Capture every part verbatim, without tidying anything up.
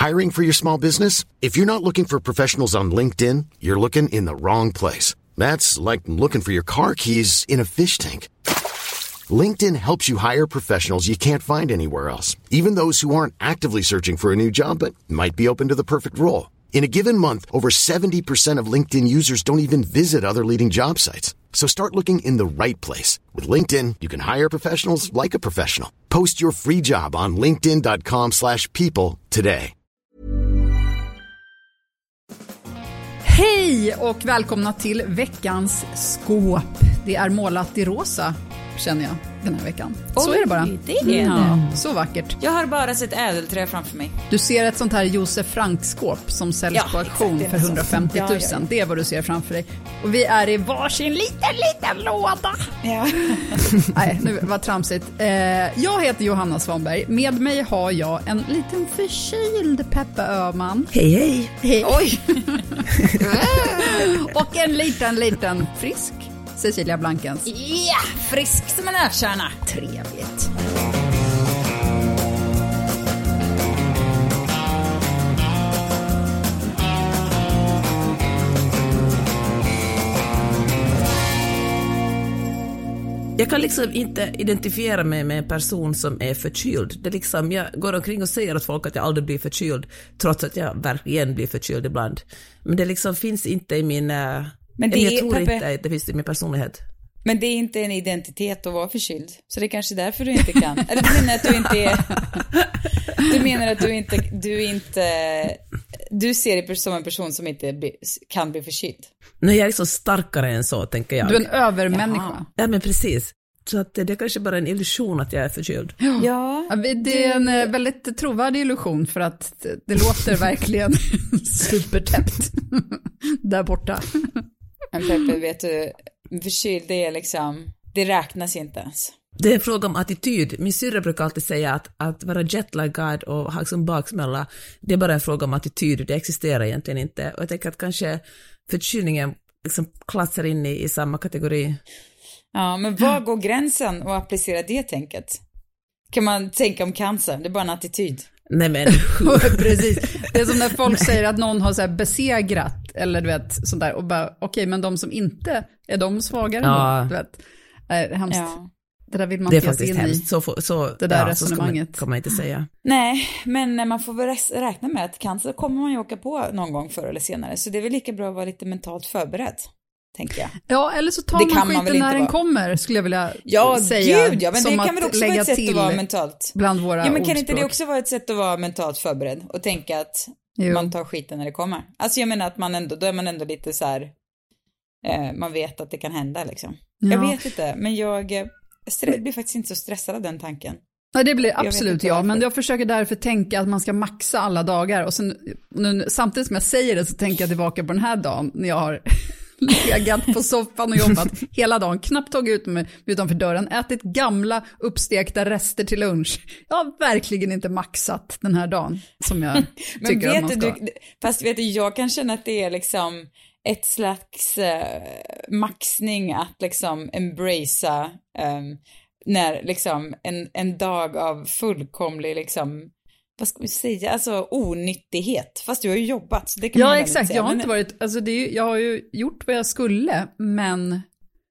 Hiring for your small business? If you're not looking for professionals on LinkedIn, you're looking in the wrong place. That's like looking for your car keys in a fish tank. LinkedIn helps you hire professionals you can't find anywhere else, even those who aren't actively searching for a new job but might be open to the perfect role. In a given month, over seventy percent of LinkedIn users don't even visit other leading job sites. So start looking in the right place. With LinkedIn, you can hire professionals like a professional. Post your free job on linkedin dot com slash people today. Hej och välkomna till veckans skåp. Det är målat i rosa, känner jag, den här veckan. Oj, så är det bara. Det är det. Ja, så vackert. Jag har bara sett ädelträ framför mig. Du ser ett sånt här Josef Frank-skåp som säljs ja, på auktion för hundrafemtio tusen. Ja, ja, ja. Det är vad du ser framför dig. Och vi är i varsin liten, liten låda. Ja. Nej, nu var tramsigt. Eh, jag heter Johanna Svanberg. Med mig har jag en liten förkyld Peppa Öhman. Hej, hej. Hej. Oj. Och en liten, liten frisk Cecilia Blankens. Ja, yeah, frisk som en nötkärna. Trevligt. Jag kan liksom inte identifiera mig med en person som är förkyld. Det liksom, jag går omkring och säger åt folk att jag aldrig blir förkyld, trots att jag verkligen blir förkyld ibland. Men det liksom finns inte i min... Men det jag är, tror Peppe, inte att det finns i min personlighet. Men det är inte en identitet att vara förkyld. Så det är kanske därför du inte kan. Eller du menar att du inte är... Du menar att du inte... Du, inte, du ser dig som en person som inte bli, kan bli förkyld. Nej, jag är liksom starkare än så, tänker jag. Du är en övermänniska. Jaha. Ja, men precis. Så att det är kanske bara en illusion att jag är förkyld. Ja, det är en väldigt trovärdig illusion för att det låter verkligen supertäppt där borta. Men Peppe, vet du, förkyld, det är liksom, det räknas inte ens. Det är en fråga om attityd. Min syrra brukar alltid säga att, att vara jetlaggad och ha liksom baksmälla, det är bara en fråga om attityd. Det existerar egentligen inte. Och jag tänker att kanske förkylningen liksom klassar in i, i samma kategori. Ja, men var går gränsen och applicera det tänket? Kan man tänka om cancer? Det är bara en attityd. Nej men precis. Det är som när folk säger att någon har så här besegrat eller du vet sånt där och bara okej, okay, men de som inte är de svagare ja. du vet. Är hemskt. Ja. Det där vill man det inte se in hemskt. i. Så, får, så det där ja, resonemanget så kan man inte säga. Nej, men man får väl räkna med att cancer kommer man ju åka på någon gång förr eller senare. Så det är väl lika bra att vara lite mentalt förberedd, tänker jag. Ja, eller så tar det man skiten man när den kommer, skulle jag vilja ja, säga. Gud, ja, men det kan väl också vara ett sätt att vara mentalt. Bland våra ja, men kan ordspråk. inte det också vara ett sätt att vara mentalt förberedd och tänka att jo. Man tar skiten när det kommer? Alltså jag menar att man ändå, då är man ändå lite så här, eh, man vet att det kan hända liksom. Ja. Jag vet inte, men jag stre- blir faktiskt inte så stressad av den tanken. Nej, det blir absolut jag, men jag försöker därför tänka att man ska maxa alla dagar och sen, nu, samtidigt som jag säger det så tänker jag tillbaka på den här dagen när jag har legat på soffan och jobbat hela dagen, knappt tagit ut mig utanför dörren, ätit gamla uppstekta rester till lunch. Jag har verkligen inte maxat den här dagen som jag tycker men vet att man ska. Du, fast vet du, jag kan känna att det är liksom ett slags eh, maxning att liksom embracea eh, när liksom en, en dag av fullkomlig liksom, vad ska vi säga, alltså onyttighet, fast du har ju jobbat så det kan ja man exakt, säga. jag har men, inte varit, alltså det är, jag har ju gjort vad jag skulle, men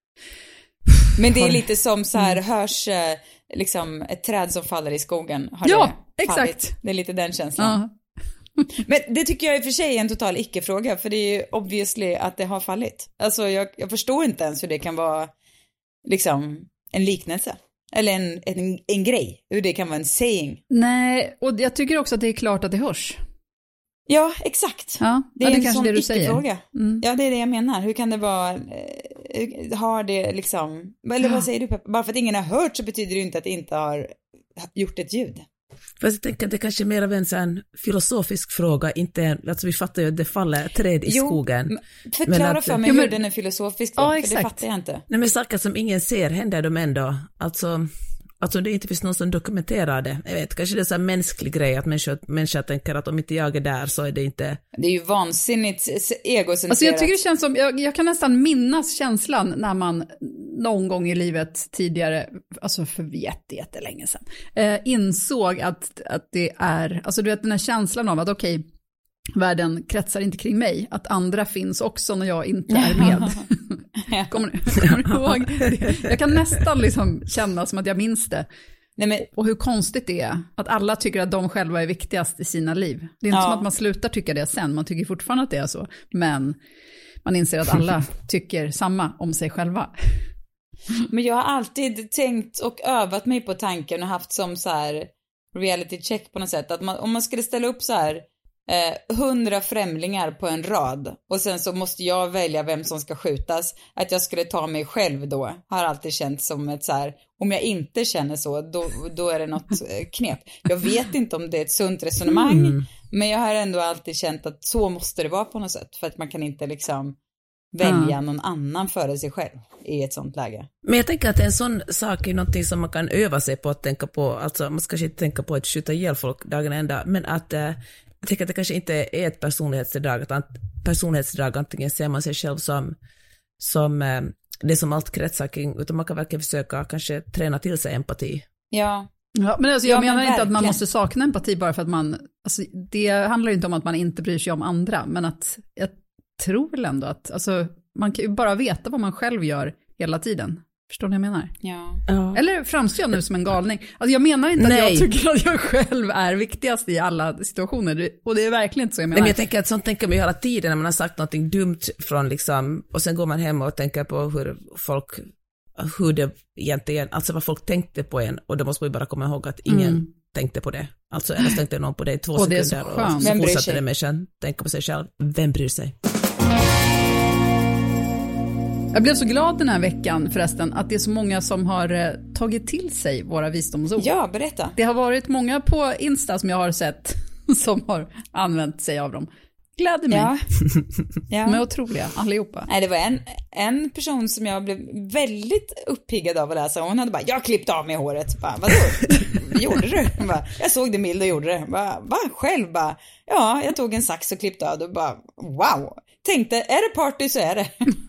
men det är lite som så här, hörs liksom ett träd som faller i skogen, har ja, det exakt. Fallit? Det är lite den känslan. Ja. Men det tycker jag i och för sig är en total icke-fråga, för det är ju obviously att det har fallit. Alltså jag, jag förstår inte ens hur det kan vara liksom en liknelse. Eller en, en, en grej, hur det kan vara en saying. Nej, och jag tycker också att det är klart att det hörs. Ja, exakt. Ja, det är ja, det en kanske sån det du icke-fråga. Mm. Ja, det är det jag menar. Hur kan det vara, eh, har det liksom, eller vad säger du Peppa? Bara för att ingen har hört så betyder det ju inte att det inte har gjort ett ljud. Fast jag tänker att det kanske är mer av en sån filosofisk fråga, inte en, alltså vi fattar ju att det faller träd i jo, skogen. Förklara att, för mig jo, men, hur den är filosofisk, ja, för exakt. det fattar jag inte. Nej, men saker som ingen ser händer de ändå, alltså Alltså det inte finns någon som dokumenterar det. Jag vet, kanske det är så här mänsklig grej att människor, människor tänker att om inte jag är där så är det inte... Det är ju vansinnigt egocentrerat. Alltså jag tycker det känns som, jag, jag kan nästan minnas känslan när man någon gång i livet tidigare, alltså för jätte, jättelänge sedan, eh, insåg att, att det är, alltså du vet den här känslan av att okej, okay, världen kretsar inte kring mig, att andra finns också när jag inte är med. Kommer du, kommer du ihåg? Jag kan nästan liksom känna som att jag minns det. Nej, men... Och hur konstigt det är att alla tycker att de själva är viktigast i sina liv. Det är inte ja. som att man slutar tycka det sen, man tycker fortfarande att det är så. Men man inser att alla tycker samma om sig själva. Men jag har alltid tänkt och övat mig på tanken och haft som så här reality check på något sätt. Att man, om man skulle ställa upp så här hundra eh, främlingar på en rad och sen så måste jag välja vem som ska skjutas, att jag skulle ta mig själv då har alltid känts som ett så här, om jag inte känner så då, då är det något eh, knep. Jag vet inte om det är ett sunt resonemang mm. men jag har ändå alltid känt att så måste det vara på något sätt, för att man kan inte liksom välja mm. någon annan före sig själv i ett sånt läge. Men jag tänker att en sån sak är någonting som man kan öva sig på att tänka på, alltså man ska inte tänka på att skjuta ihjäl folk dagen ända, men att eh, jag tänker att det kanske inte är ett personlighetsdrag, att personlighetsdrag antingen ser man sig själv som, som eh, det som allt kretsar kring, utan man kan verkligen försöka kanske träna till sig empati. Ja. Ja, men alltså, jag ja, menar men inte verkligen. att man måste sakna empati bara för att man, alltså, det handlar ju inte om att man inte bryr sig om andra, men att jag tror väl ändå att, alltså, man kan ju bara veta vad man själv gör hela tiden. Förstår ni vad jag menar? Ja. ja. Eller framstår jag nu som en galning? Alltså jag menar inte Nej. att jag tycker att jag själv är viktigast i alla situationer. Och det är verkligen inte så jag menar. Nej, men jag tänker att sånt tänker man ju hela tiden när man har sagt något dumt från liksom, och sen går man hem och tänker på hur folk, hur det egentligen, alltså vad folk tänkte på en. Och då måste man ju bara komma ihåg att ingen mm. tänkte på det. Alltså eller tänkte någon på det i två och sekunder. Det och så fortsatte det med sen, tänka på sig själv. Vem bryr sig? Jag blev så glad den här veckan förresten att det är så många som har eh, tagit till sig våra visdomsord. Ja, berätta. Det har varit många på Insta som jag har sett som har använt sig av dem. Gläder mig. Ja. ja. De är otroliga, allihopa. Nej, det var en, en person som jag blev väldigt uppiggad av att läsa. Hon hade bara, jag klippte av mig håret. Bara, vadå? Gjorde du? Bara, jag såg det mild och gjorde det. Bara, va? Själv bara, ja, jag tog en sax och klippte av det och bara, wow. Tänkte, är det party så är det.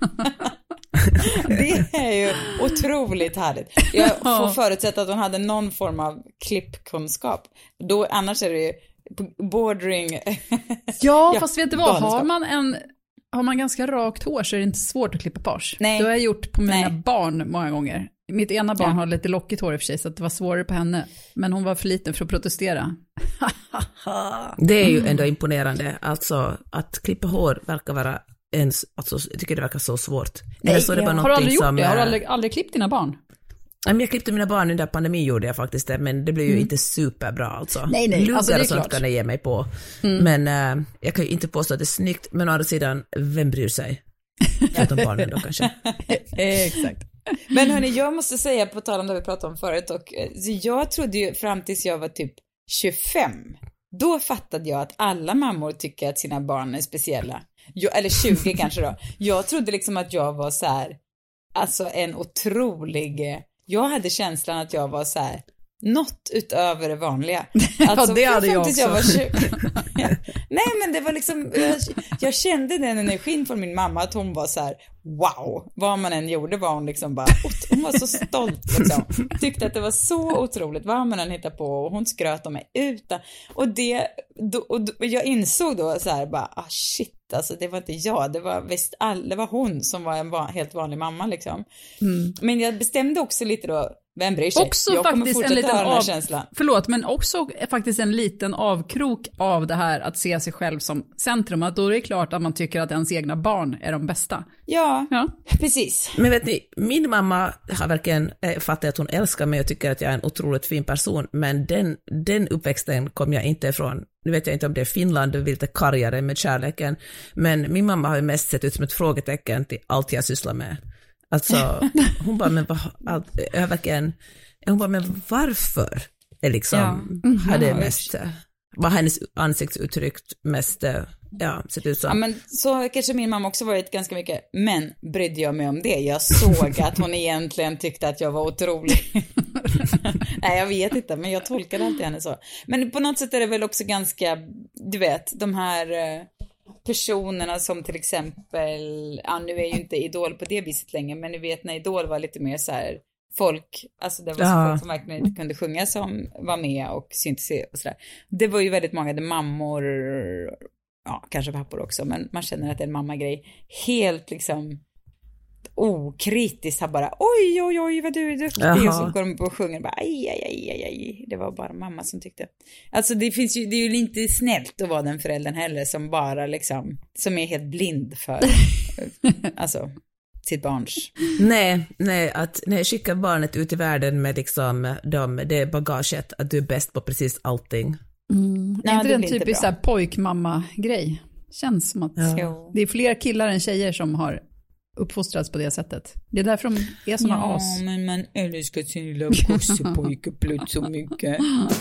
Det är ju otroligt härligt. Jag får förutsätta att hon hade någon form av klippkunskap. Då, annars är det ju bordering. Ja, ja, fast vet du vad? Har man, en, har man ganska rakt hår så är det inte svårt att klippa page. Nej. Det har jag gjort på mina Nej. barn många gånger. Mitt ena barn ja. har lite lockigt hår i och för sig så att det var svårare på henne. Men hon var för liten för att protestera. Det är ju ändå imponerande. Alltså att klippa hår verkar vara ens, alltså, jag tycker det verkar så svårt. Nej, så det ja. Har du aldrig gjort som, det? Har du aldrig, aldrig klippt dina barn? Jag klippte mina barn under pandemin gjorde jag faktiskt det, men det blev ju mm. inte superbra alltså. Nej, nej, Luggar alltså det är och sånt klart. kan jag ge mig på. Mm. Men äh, jag kan ju inte påstå att det är snyggt, men å andra sidan, vem bryr sig? Förutom barnen då kanske. Exakt. Men hörni, jag måste säga på tal om det vi pratade om förut, och jag trodde ju fram tills jag var typ tjugofem, då fattade jag att alla mammor tycker att sina barn är speciella. Jag, eller tjugo kanske då. Jag trodde liksom att jag var så här, alltså en otrolig, jag hade känslan att jag var så här, något utöver det vanliga. Alltså, ja, det hade jag också. Jag var ja. Nej, men det var liksom, jag, jag kände den energin från min mamma att hon var så här, wow, vad man än gjorde var hon liksom bara, hon var så stolt liksom. Tyckte att det var så otroligt vad man än hittade på, och hon skröt om mig utan, och det, då, och då, jag insåg då så här bara, ah shit, alltså det var inte jag, det var visst all, det var hon som var en van, helt vanlig mamma liksom. Mm. Men jag bestämde också lite då, vem bryr sig? Också jag kommer faktiskt en liten höra den här av, känslan. Förlåt, men också faktiskt en liten avkrok av det här att se sig själv som centrum. Att då är det klart att man tycker att ens egna barn är de bästa. Ja, ja. precis. Men vet ni, min mamma har verkligen fattat att hon älskar mig och tycker att jag är en otroligt fin person. Men den, den uppväxten kom jag inte ifrån. Nu vet jag inte om det är Finland och lite kargare med kärleken. Men min mamma har ju mest sett ut som ett frågetecken till allt jag sysslar med. Alltså, hon bara, men vad, all, jag verkligen, hon bara, men varför? Det liksom, ja. mm, hade ja, mest, var hennes ansiktsuttryck mest, ja, sett ut som. Ja, men så har kanske min mamma också varit ganska mycket, men brydde jag mig om det? Jag såg att hon egentligen tyckte att jag var otrolig. Nej, jag vet inte, men jag tolkar alltid henne så. Men på något sätt är det väl också ganska, du vet, de här personerna som till exempel, ja nu är ju inte Idol på det viset längre, men ni vet när Idol var lite mer så här folk, alltså det var så folk som verkligen inte kunde sjunga som var med och syntes och sådär. Det var ju väldigt många, det mammor, ja kanske pappor också, men man känner att det är en mammagrej. Helt liksom okritiskt har bara, oj oj oj vad du är duktig. Jaha. Och så går de på och sjunger bara, aj, aj, aj, aj, aj. Det var bara mamma som tyckte. Alltså det finns ju, det är ju inte snällt att vara den föräldern heller som bara liksom, som är helt blind för alltså sitt barns. Nej, nej, att nej, skicka barnet ut i världen med liksom de, det bagaget att du är bäst på precis allting. Mm. Nej, är inte det en typisk så här pojkmamma-grej? Känns som att ja. Det är fler killar än tjejer som har uppfostrats på det sättet. Det är därför de är såna ja, as. Ja, men man älskar sin lilla kossepojkeplutt så mycket.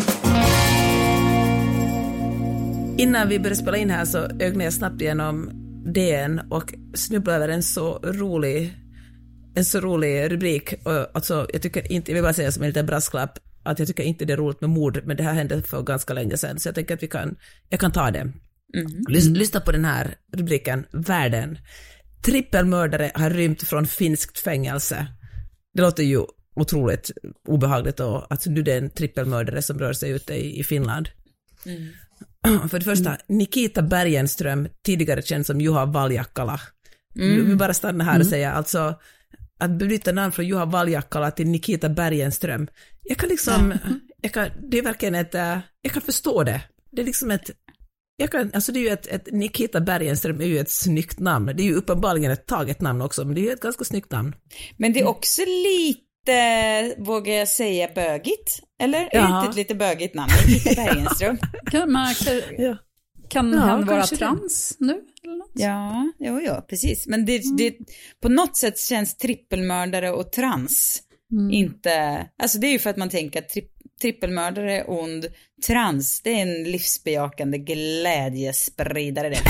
Innan vi började spela in här så ögnade jag snabbt igenom D N och snubblade över en så rolig en så rolig rubrik. Och alltså, jag tycker inte, jag vill bara säga som en liten brasklapp att jag tycker inte det är roligt med mord, men det här hände för ganska länge sedan, så jag tänker att vi kan, jag kan ta det. Mm. Lys- lyssna på den här rubriken, världen. Trippelmördare har rymt från finskt fängelse. Det låter ju otroligt obehagligt och att nu det är en trippelmördare som rör sig ute i, i Finland. Mm. För det första, Nikita Bergenström, tidigare känd som Juha Valjakkala. Mm. Vi bara stanna här och mm. säga, alltså att byta namn från Juha Valjakkala till Nikita Bergenström. Jag kan liksom, ja. jag kan, det är verkligen ett, jag kan förstå det. Det är liksom ett, jag kan, alltså det är ju ett, ett Nikita Bergenström är ju ett snyggt namn. Det är ju uppenbarligen ett taget namn också, men det är ju ett ganska snyggt namn. Men det är också lite, vågar jag säga, bögigt. Eller ja. Är det ett lite bögigt namn? Nikita Bergenström. Kan, man, kan, ja. kan ja, han vara trans det. Nu? Eller något? Ja, jo, ja, precis. Men det, mm. det, på något sätt känns trippelmördare och trans mm. inte, alltså det är ju för att man tänker att tripp, trippelmördare, ond, trans, det är en livsbejakande glädjespridare det.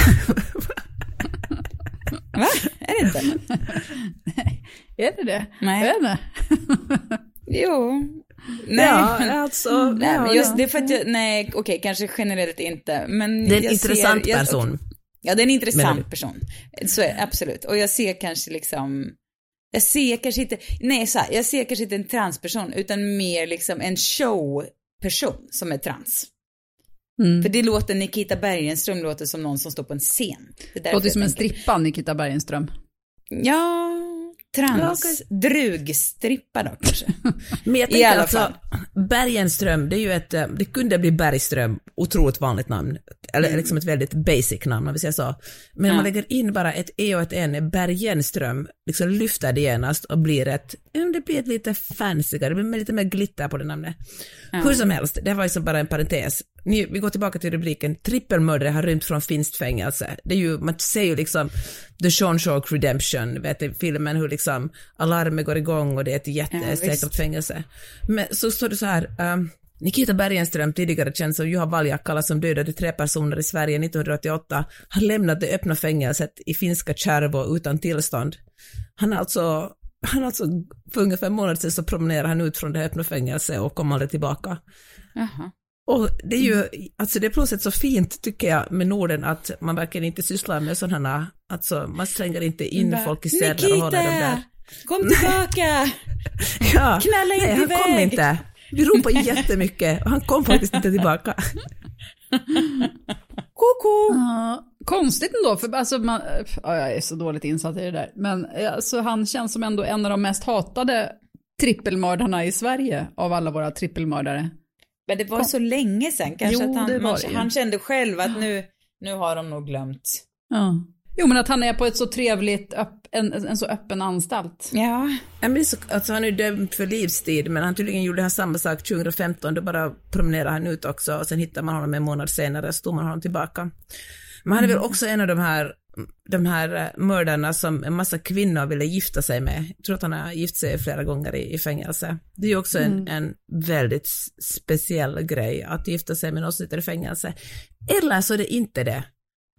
Va? Är det inte? Nej, är det det? Nej. Är det? Jo. Nej, ja, alltså. Nej, ja, men just ja. det för att jag, nej, okej, okay, kanske generellt inte. Men det är en jag intressant ser, jag, person. Ja, det är en intressant person. Så är absolut. Och jag ser kanske liksom, jag ser kanske inte, nej så här, jag ser kanske inte en transperson utan mer liksom en showperson som är trans. Mm. För det låter, Nikita Bergenström låter som någon som står på en scen. Det låter som en strippa, Nikita Bergenström. Ja, trans, ja, drugstrippa då kanske. Men jag tänker alltså, Bergenström, det är ju ett, det kunde bli Bergström, otroligt vanligt namn. Eller mm. liksom ett väldigt basic namn om vi säger så. Men ja. Man lägger in bara ett E och ett N, Bergenström, liksom lyfter det genast och blir ett, det blir ett lite fancyare, det blir lite mer glitter på det namnet. Ja. Hur som helst, det var liksom bara en parentes. Ni, vi går tillbaka till rubriken, trippelmördare har rymt från finskt fängelse. Det är ju, man ser ju liksom The Shawshank Redemption, vet du, filmen hur liksom alarmet går igång och det är ett jättesäkert ja, fängelse. Men så står det så här, um, Nikita Bergenström, tidigare känd som Juha Valjakkala, som dödade tre personer i Sverige nittonhundraåttioåtta, har lämnat det öppna fängelset i finska Tjärvo utan tillstånd. Han är alltså, han alltså för ungefär en månad sedan så promenerar han ut från det öppna fängelset och kommer aldrig tillbaka. Jaha. Och det är ju, alltså det är på något sätt så fint tycker jag med Norden att man verkligen inte sysslar med sådana, alltså man slänger inte in Bara, folk i städer och håller dem där. Kom tillbaka! Ja, knalla inte nej, han iväg. kom inte. Vi ropade jättemycket och han kom faktiskt inte tillbaka. Koko! Uh, konstigt ändå, för alltså man, ja, jag är så dåligt insatt i det där. Men alltså, han känns som ändå en av de mest hatade trippelmördarna i Sverige av alla våra trippelmördare. Men det var Kom. så länge sedan kanske jo, att han, man, det, han kände själv att nu, nu har de nog glömt. Ja. Jo, men att han är på ett så trevligt, öpp, en, en så öppen anstalt. Ja. Men så, alltså han är dömd för livstid, men han tydligen gjorde han samma sak tjugohundrafemton, då bara promenerade han ut också och sen hittade man honom en månad senare, stod man honom tillbaka. Men han är mm. väl också en av de här, de här mördarna som en massa kvinnor ville gifta sig med. Jag tror att han har gift sig flera gånger i, i fängelse. Det är ju också en, mm. en väldigt speciell grej att gifta sig med någon som sitter i fängelse. Eller så är det inte det.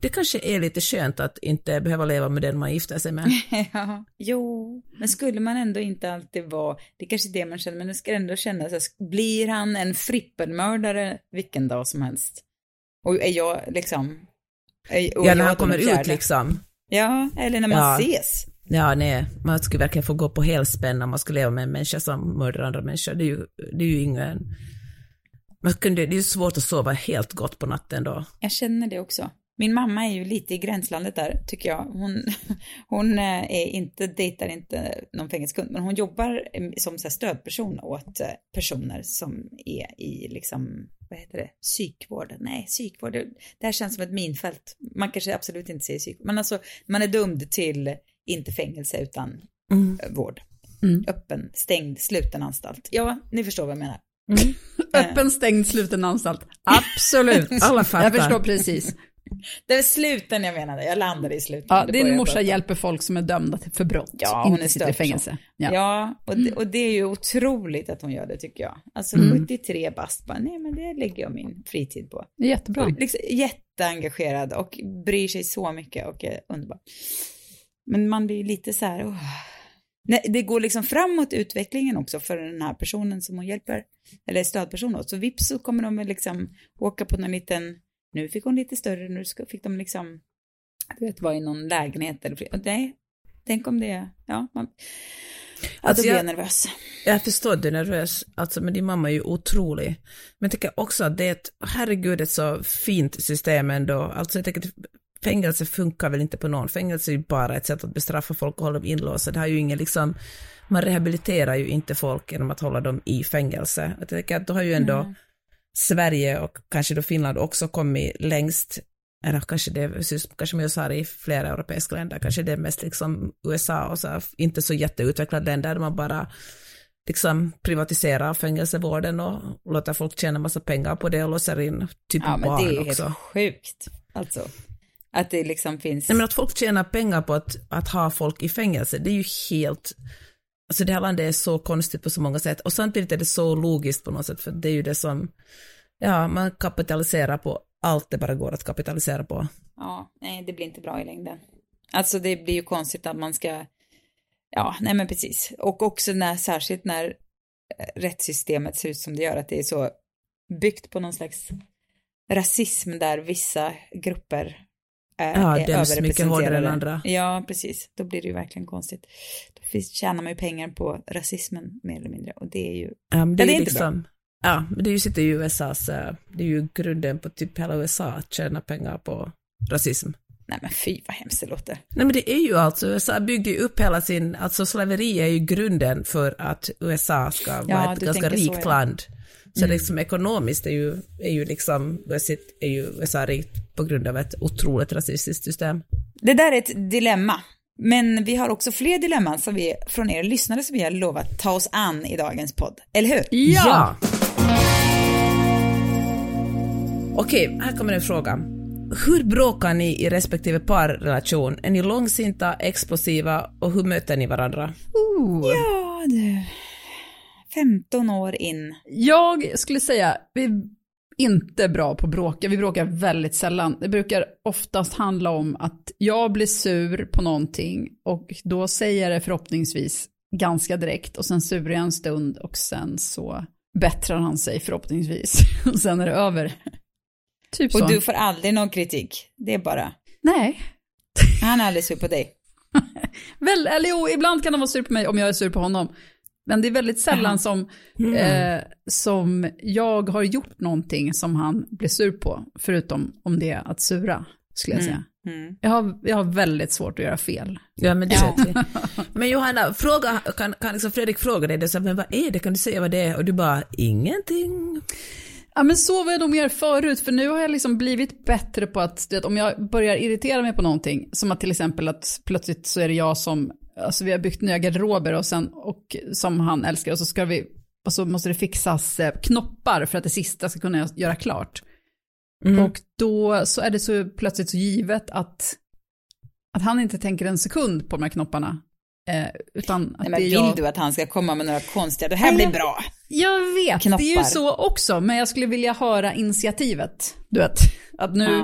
det kanske är lite skönt att inte behöva leva med den man gifter sig med. Ja, jo, men skulle man ändå inte alltid vara, det är kanske det man känner, men det ska ändå kännas, blir han en frippelmördare vilken dag som helst? Och är jag liksom... Är, och ja, när jag han kommer ut liksom. Ja, eller när man ja. ses. Ja, nej, man skulle verkligen få gå på helspänn när man skulle leva med en människa som mördar andra människor. Det är ju, det är ju ingen... Man kunde, det är ju svårt att sova helt gott på natten då. Jag känner det också. Min mamma är ju lite i gränslandet där, tycker jag. Hon, hon är inte, dejtar inte någon fängelsekund, men hon jobbar som så här stödperson åt personer som är i liksom, vad heter det, psykvård. Nej, psykvård, det, det här känns som ett minfält. Man kanske absolut inte säger psykvård, men alltså man är dömd till inte fängelse utan mm. vård. Mm. Öppen, stängd, sluten anstalt. Ja, ni förstår vad jag menar. Mm. Öppen, stängd, sluten anstalt. Absolut. Alla fattar. Jag förstår precis. Det är sluten jag menade, jag landade i sluten. Ja, din morsa hjälper folk som är dömda för brott. Ja, hon inte är sitter i fängelse. Ja, ja och, det, och det är ju otroligt att hon gör det tycker jag. Alltså mm. sjuttiotre bast, bara, nej men det lägger jag min fritid på. Jättebra. Och liksom, jätteengagerad och bryr sig så mycket och är underbar. Men man blir lite så här... Oh. Nej, det går liksom framåt utvecklingen också för den här personen som hon hjälper. Eller stödperson åt. Så vips så kommer de liksom åka på någon liten... Nu fick hon lite större, nu fick de liksom, du vet, vara i någon lägenhet eller fler. Nej, tänk om det, ja, man, alltså då blir jag nervös. Jag förstår att du är nervös, alltså, men din mamma är ju otrolig. Men jag tycker också att det är ett, herregud, ett så fint system ändå. Alltså jag tycker att fängelse funkar väl inte på någon. Fängelse är ju bara ett sätt att bestraffa folk och hålla dem inlåsta. Det har ju ingen liksom, man rehabiliterar ju inte folk genom att hålla dem i fängelse. Jag tycker att då har ju ändå mm. Sverige och kanske då Finland också kommit längst, eller kanske det kanske man har i flera europeiska länder, kanske det är mest liksom U S A och så här, inte så jätteutvecklade länder där man bara liksom privatiserar fängelsevården och låter folk tjäna massa pengar på det och låser in typ ja, barn också. Ja, men det är helt sjukt, alltså. Att det liksom finns... Nej, men att folk tjänar pengar på att, att ha folk i fängelse, det är ju helt... Alltså det här landet är så konstigt på så många sätt. Och samtidigt är det så logiskt på något sätt. För det är ju det som... Ja, man kapitaliserar på allt det bara går att kapitalisera på. Ja, nej, det blir inte bra i längden. Alltså det blir ju konstigt att man ska... Ja, nej men precis. Och också när, särskilt när rättssystemet ser ut som det gör. Att det är så byggt på någon slags rasism där vissa grupper... Ja, det är mycket hårdare än andra. Ja, precis. Då blir det ju verkligen konstigt. Då tjänar man ju pengar på rasismen mer eller mindre. Och det är ju ja, men det, det är är inte liksom, bra. Ja, men det är ju sitter i U S A. Så det är ju grunden på typ hela U S A att tjäna pengar på rasism. Nej men fy vad hemskt det låter. Nej men det är ju alltså, U S A byggde ju upp hela sin, alltså slaveri är ju grunden för att U S A ska ja, vara ett ganska rikt så, ja. land. Så mm. liksom ekonomiskt är ju, är ju liksom, är ju U S A rikt på grund av ett otroligt rasistiskt system. Det där är ett dilemma. Men vi har också fler dilemman som vi, från er lyssnare som vi har lovat ta oss an i dagens podd. Eller hur? Ja! ja. Okej, här kommer en fråga. Hur bråkar ni i respektive parrelation? Är ni långsinta, explosiva och hur möter ni varandra? Uh. Ja, du... femton år in. Jag skulle säga vi är inte bra på att bråka. Vi bråkar väldigt sällan. Det brukar oftast handla om att jag blir sur på någonting och då säger jag det förhoppningsvis ganska direkt och sen surar jag en stund och sen så bättrar han sig förhoppningsvis och sen är det över. Typ så. Och du får aldrig någon kritik. Det är bara... Nej. Han är aldrig sur på dig. Väl, eller jo, ibland kan han vara sur på mig om jag är sur på honom. Men det är väldigt sällan som, mm. eh, som jag har gjort någonting som han blir sur på. Förutom om det är att sura, skulle jag säga. Mm. Mm. Jag, har, jag har väldigt svårt att göra fel. Ja, men det vet vi. Men Johanna, fråga, kan, kan liksom Fredrik fråga dig, det så, men vad är det? Kan du säga vad det är? Och du bara, ingenting. Ja, men så var jag nog mer förut. För nu har jag liksom blivit bättre på att, att om jag börjar irritera mig på någonting. Som att till exempel att plötsligt så är det jag som... Alltså vi har byggt nya garderober och sen, och som han älskar och så ska vi, och så måste det fixas eh, knoppar för att det sista ska kunna göra klart. Mm. Och då så är det så plötsligt så givet att, att han inte tänker en sekund på de här knopparna. Eh, utan att Nej, men det vill jag... du att han ska komma med några konstiga, det här Nej, blir jag, bra. Jag vet, knoppar. Det är ju så också, men jag skulle vilja höra initiativet. Du vet, att nu, ja.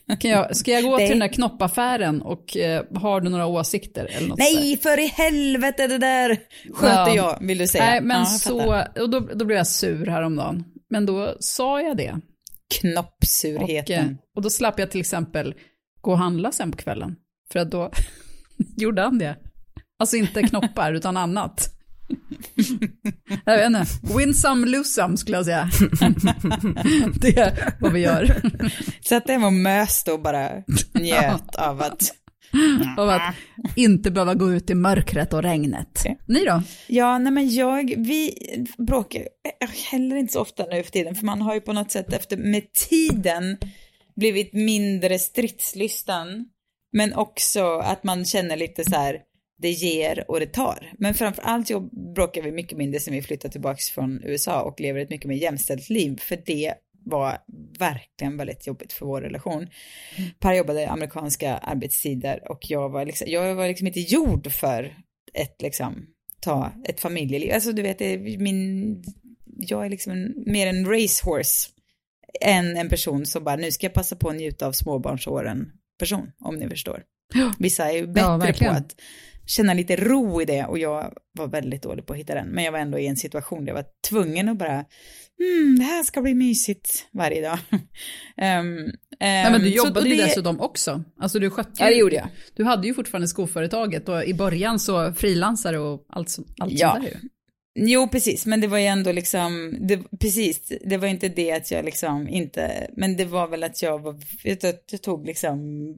Kan jag, ska jag gå till den där knoppaffären och eh, har du några åsikter eller något? Nej, där? för i helvete det där sköter ja. jag, vill du säga. Nej, men ja, så, och då, då blev jag sur häromdagen. Men då sa jag det. Knoppsurheten. Och, och då slapp jag till exempel gå och handla sen på kvällen. För att då gjorde han det. Alltså inte knoppar utan annat. Jag vet inte. Win some, lose some skulle jag säga. Det är vad vi gör. Så att det var möst och bara njöt av att av att inte behöva gå ut i mörkret och regnet. Ni då? Ja, nej men jag, vi bråkar heller inte så ofta nu för tiden. För man har ju på något sätt efter med tiden blivit mindre stridslysten. Men också att man känner lite så här, det ger och det tar. Men framförallt så bråkar vi mycket mindre sen vi flyttade tillbaka från U S A och lever ett mycket mer jämställt liv. För det var verkligen väldigt jobbigt för vår relation. Mm. Per jobbade amerikanska arbetstider och jag var liksom, jag var liksom inte gjord för ett liksom, ta ett familjeliv. Alltså du vet, det är min, jag är liksom en, mer en racehorse än en person som bara, nu ska jag passa på att njuta av småbarnsåren person, om ni förstår. Ja. Vissa är ju bättre ja, på att känna lite ro i det och jag var väldigt dålig på att hitta den. Men jag var ändå i en situation där jag var tvungen att bara mm, det här ska bli mysigt varje dag. um, um, Nej, men du jobbade ju det... dessutom också. Alltså du skötte ja, det gjorde jag. Du hade ju fortfarande skoföretaget och i början så frilansare och allt, allt ja. sånt där ju. Jo, precis. Men det var ju ändå liksom, det, precis, det var inte det att jag liksom inte, men det var väl att jag var, jag, jag tog liksom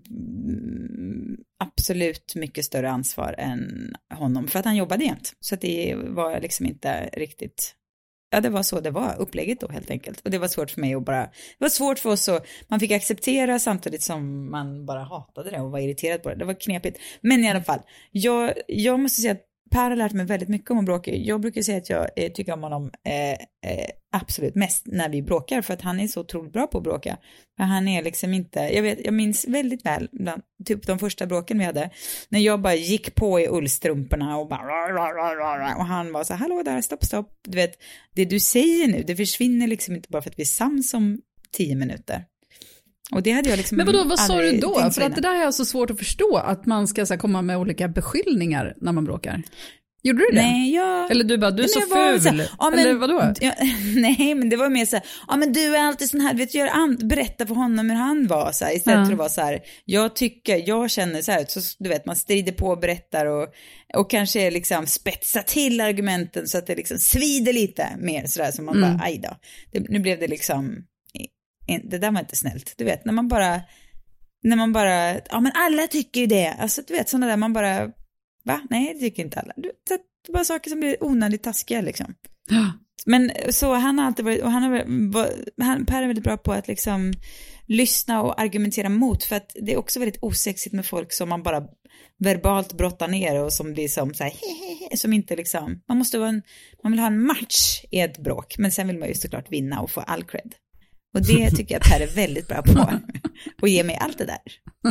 absolut mycket större ansvar än honom för att han jobbade jämt. Så att det var liksom inte riktigt, ja det var så det var upplägget då helt enkelt. Och det var svårt för mig att bara, det var svårt för oss att, man fick acceptera samtidigt som man bara hatade det och var irriterad på det. Det var knepigt. Men i alla fall, jag, jag måste säga att Per har lärt mig väldigt mycket om att bråka. Jag brukar säga att jag eh, tycker om honom eh, eh, absolut mest när vi bråkar. För att han är så otroligt bra på att bråka. För han är liksom inte, jag vet, jag minns väldigt väl bland, typ de första bråken vi hade. När jag bara gick på i ullstrumporna och bara och han var så, hallå där, stopp, stopp. Du vet, det du säger nu, det försvinner liksom inte bara för att vi är sams om tio minuter. Och det hade jag liksom. Men vadå, vad sa du då? För att det där är alltså svårt att förstå, att man ska så här, komma med olika beskyllningar när man bråkar. Gjorde du det? Nej, jag... Eller du bara, du är så ful. Så här, ja, men, eller vadå? Ja, nej, men det var mer så här, ja men du är alltid sån här, vet, gör and, berätta för honom hur han var så här, istället ja. för att vara så här, jag tycker, jag känner så här, så du vet, man strider på och berättar och, och kanske liksom spetsar till argumenten så att det liksom svider lite mer så där, så man mm. bara, aj då. Det, nu blev det liksom, det där var inte snällt, du vet, när man bara, när man bara, ja men alla tycker ju det, alltså du vet, sådana där man bara, va? Nej, det tycker inte alla. Det är bara saker som blir onödigt taskiga liksom. Ja. Men så han har alltid varit, och han har han, Per är väldigt bra på att liksom lyssna och argumentera mot, för att det är också väldigt osexigt med folk som man bara verbalt brottar ner och som blir som så här, hehehe, som inte liksom, man måste vara en, man vill ha en match i ett bråk, men sen vill man ju såklart vinna och få all cred. Och det tycker jag Per är väldigt bra på. Och ger mig allt det där.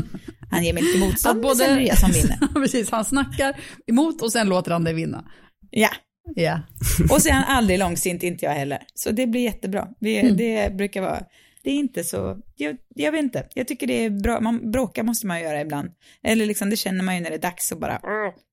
Han ger mig lite motstånd, både... sen är det jag som vinner. Precis, han snackar emot och sen låter han det vinna. Ja. Ja. Och sen aldrig långsint, inte jag heller. Så det blir jättebra. Det, mm. det brukar vara, det är inte så, jag, jag vet inte. Jag tycker det är bra, man bråkar måste man göra ibland. Eller liksom, det känner man ju när det är dags och bara...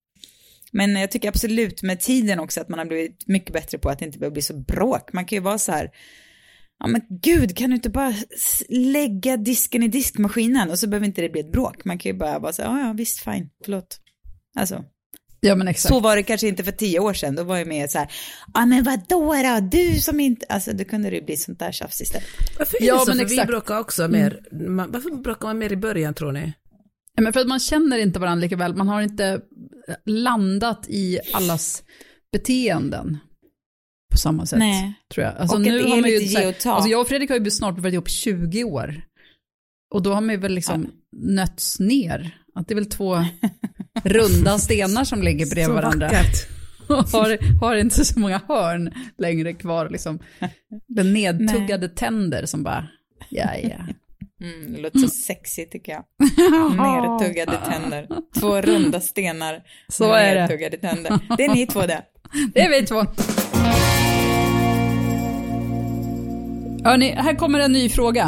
Men jag tycker absolut med tiden också att man har blivit mycket bättre på att det inte behöver bli så bråk. Man kan ju vara så här... Ja men gud, kan du inte bara lägga disken i diskmaskinen och så behöver inte det bli ett bråk. Man kan ju bara vara så ja ja visst, fine, förlåt. Alltså, ja, men exakt. Så var det kanske inte för tio år sedan. Då var jag med så här, ja men vadå då, du som inte, alltså då kunde det bli sånt där tjafs istället. Varför är ja, det så? Men för vi bråkar också mer, man, varför bråkar man mer i början tror ni? Ja, men för att man känner inte varandra lika väl, man har inte landat i allas beteenden. På samma sätt, nej. Tror jag. Alltså, nu har man ju, här, alltså jag och Fredrik har ju snart varit ihop tjugo år. Och då har man ju väl liksom ja. nötts ner. Att det är väl två runda stenar som ligger bredvid så varandra. Och har, har inte så många hörn längre kvar. Liksom. Den nedtuggade nej. tänder som bara, ja ja. Mm, det låter så sexigt tycker jag. Nedtuggade tänder. Två runda stenar. Så är det. Nedtuggade tänder. Det är ni två det. Det är vi två. Hörrni, här kommer en ny fråga.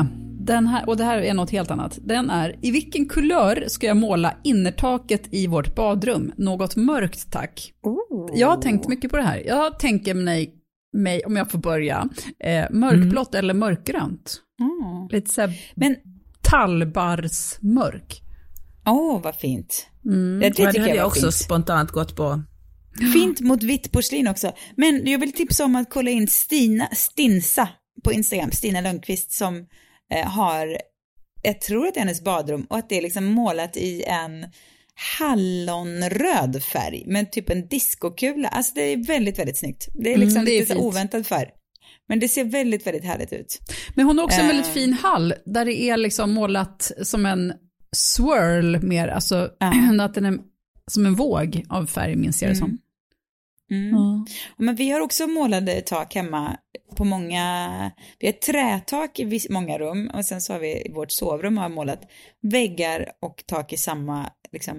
Den här, och det här är något helt annat. Den är, i vilken kulör ska jag måla innertaket i vårt badrum? Något mörkt, tack. Oh. Jag har tänkt mycket på det här. Jag tänker mig, mig om jag får börja, eh, mörkblått mm. eller mörkgrönt. Mm. Lite så här, men tallbarsmörk. Åh, oh, vad fint. Mm. Det, det, ja, det hade jag också fint. Spontant gått på. Fint mot vitt porslin också. Men jag vill tipsa om att kolla in Stina Stinsa på Instagram, Stina Lundqvist, som eh, har, jag tror att det är hennes badrum, och att det är liksom målat i en hallonröd färg med typ en diskokula. Alltså det är väldigt, väldigt snyggt. Det är liksom mm, det är lite så oväntad färg. Men det ser väldigt, väldigt härligt ut. Men hon har också en väldigt uh, fin hall där det är liksom målat som en swirl mer, alltså uh. att den är som en våg av färg, minns jag det som. Mm. Mm. Men vi har också målade tak hemma på många, vi har trätak i många rum, och sen så har vi i vårt sovrum har målat väggar och tak i samma liksom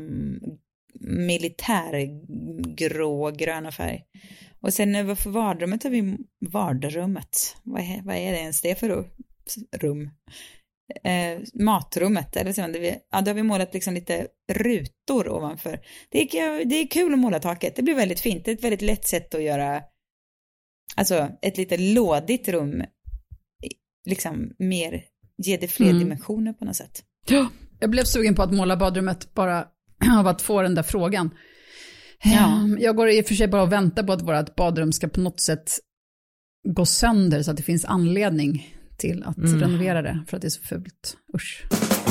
militärgrå gröna färg. Och sen över för vardrummet har vi vardrummet. Vad är, vad är det ens det för rum? Eh, matrummet eller så, vi, ja, där har vi målat liksom lite rutor ovanför. Det är, det är kul att måla taket. Det blir väldigt fint. Det är ett väldigt lätt sätt att göra, alltså ett lite lådigt rum, liksom mer, ge det fler mm. dimensioner på något sätt. Ja, jag blev sugen på att måla badrummet bara av att få den där frågan. Ja. Jag går i och för sig bara och väntar på att vårt badrum ska på något sätt gå sönder så att det finns anledning till att mm. renovera det, för att det är så fult. Usch.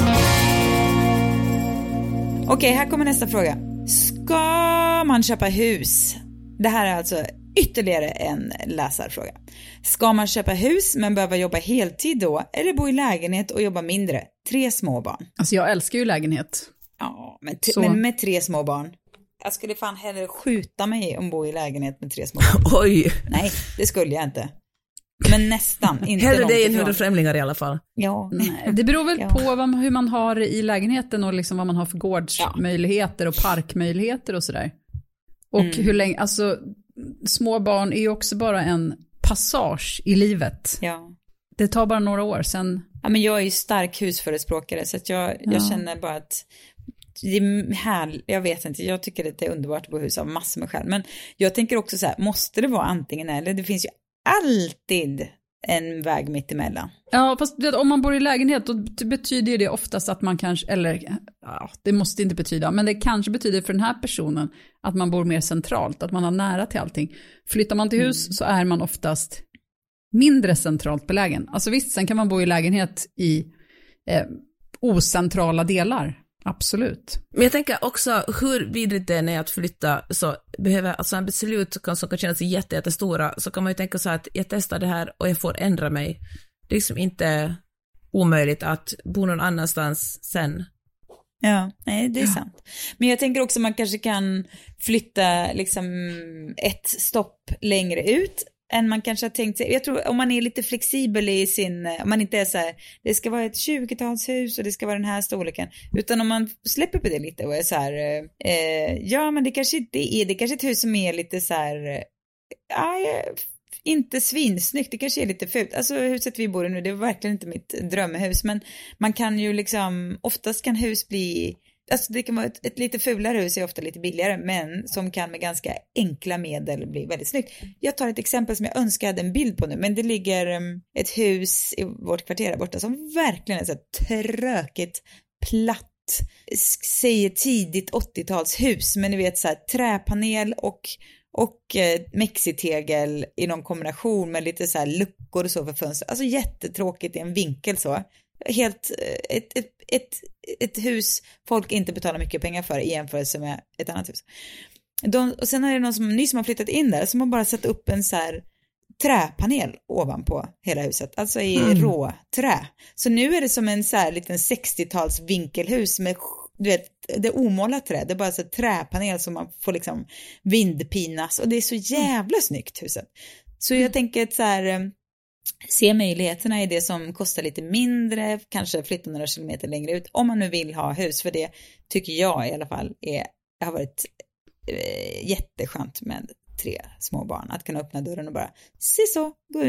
Okej, här kommer nästa fråga. Ska man köpa hus? Det här är alltså ytterligare en läsarfråga. Ska man köpa hus men behöva jobba heltid då? Eller bo i lägenhet och jobba mindre? Tre små barn. Alltså jag älskar ju lägenhet. Ja, men, t- men med tre små barn. Jag skulle fan hellre skjuta mig om bo i lägenhet med tre små barn. Oj! Nej, det skulle jag inte. Men nästan. Inte hellre det än hundra främlingar i alla fall. Ja. Nej, det beror väl ja. på vad, hur man har i lägenheten och liksom vad man har för gårdsmöjligheter och parkmöjligheter och sådär. Och mm. hur länge, alltså små barn är ju också bara en passage i livet. Ja. Det tar bara några år sen. Ja, men jag är ju stark husförespråkare, så att jag, ja. jag känner bara att det är här, jag vet inte, jag tycker att det är underbart att bo i hus av massor med skäl. Men jag tänker också så här, måste det vara antingen eller? Det finns ju alltid en väg mitt emellan. Ja, fast om man bor i lägenhet då betyder det oftast att man kanske, eller ja, det måste inte betyda, men det kanske betyder för den här personen att man bor mer centralt, att man har nära till allting. Flyttar man till hus mm. så är man oftast mindre centralt belägen. Alltså visst, sen kan man bo i lägenhet i eh, ocentrala delar. Absolut. Men jag tänker också hur vidrigt det är när att flytta, så behöver alltså en beslut som kan kännas jätte, jättestora, så kan man ju tänka så att jag testar det här och jag får ändra mig. Det är liksom inte omöjligt att bo någon annanstans sen. Ja, nej, det är ja. sant. Men jag tänker också att man kanske kan flytta liksom ett stopp längre ut än man kanske har tänkt sig. Jag tror om man är lite flexibel i sin, om man inte är så här, det ska vara ett tjugotalshus och det ska vara den här storleken, utan om man släpper på det lite och är så här, eh, ja men det kanske inte är, det kanske är ett hus som är lite så här, eh, inte svinsnyggt, det kanske är lite fult. Alltså huset vi bor i nu, det är verkligen inte mitt drömhus, men man kan ju liksom, oftast kan hus bli, alltså det kan vara ett, ett lite fulare hus är ofta lite billigare, men som kan med ganska enkla medel bli väldigt snyggt. Jag tar ett exempel som jag önskar hade en bild på nu, men det ligger um, ett hus i vårt kvarter där borta som verkligen är så trökigt, platt, säger tidigt åttiotalshus, men ni vet så här träpanel och och eh, mexitegel i någon kombination med lite så här luckor och så för fönster. Alltså jättetråkigt i en vinkel så. Helt ett, ett, ett, ett hus folk inte betalar mycket pengar för i jämförelse med ett annat hus. De, och sen är det någon som nyss har flyttat in där som har bara satt upp en så här träpanel ovanpå hela huset, alltså i mm. råträ. Så nu är det som en så här liten sextiotals vinkelhus med, du vet, det är omålat trä, det är bara så träpanel som man får liksom vindpinas, och det är så jävla mm. snyggt huset. Så jag tänker att så här, se möjligheterna i det som kostar lite mindre, kanske flytta några kilometer längre ut om man nu vill ha hus, för det tycker jag i alla fall är, det har varit eh, jätteskönt med tre små barn, att kunna öppna dörren och bara se så, gå ut.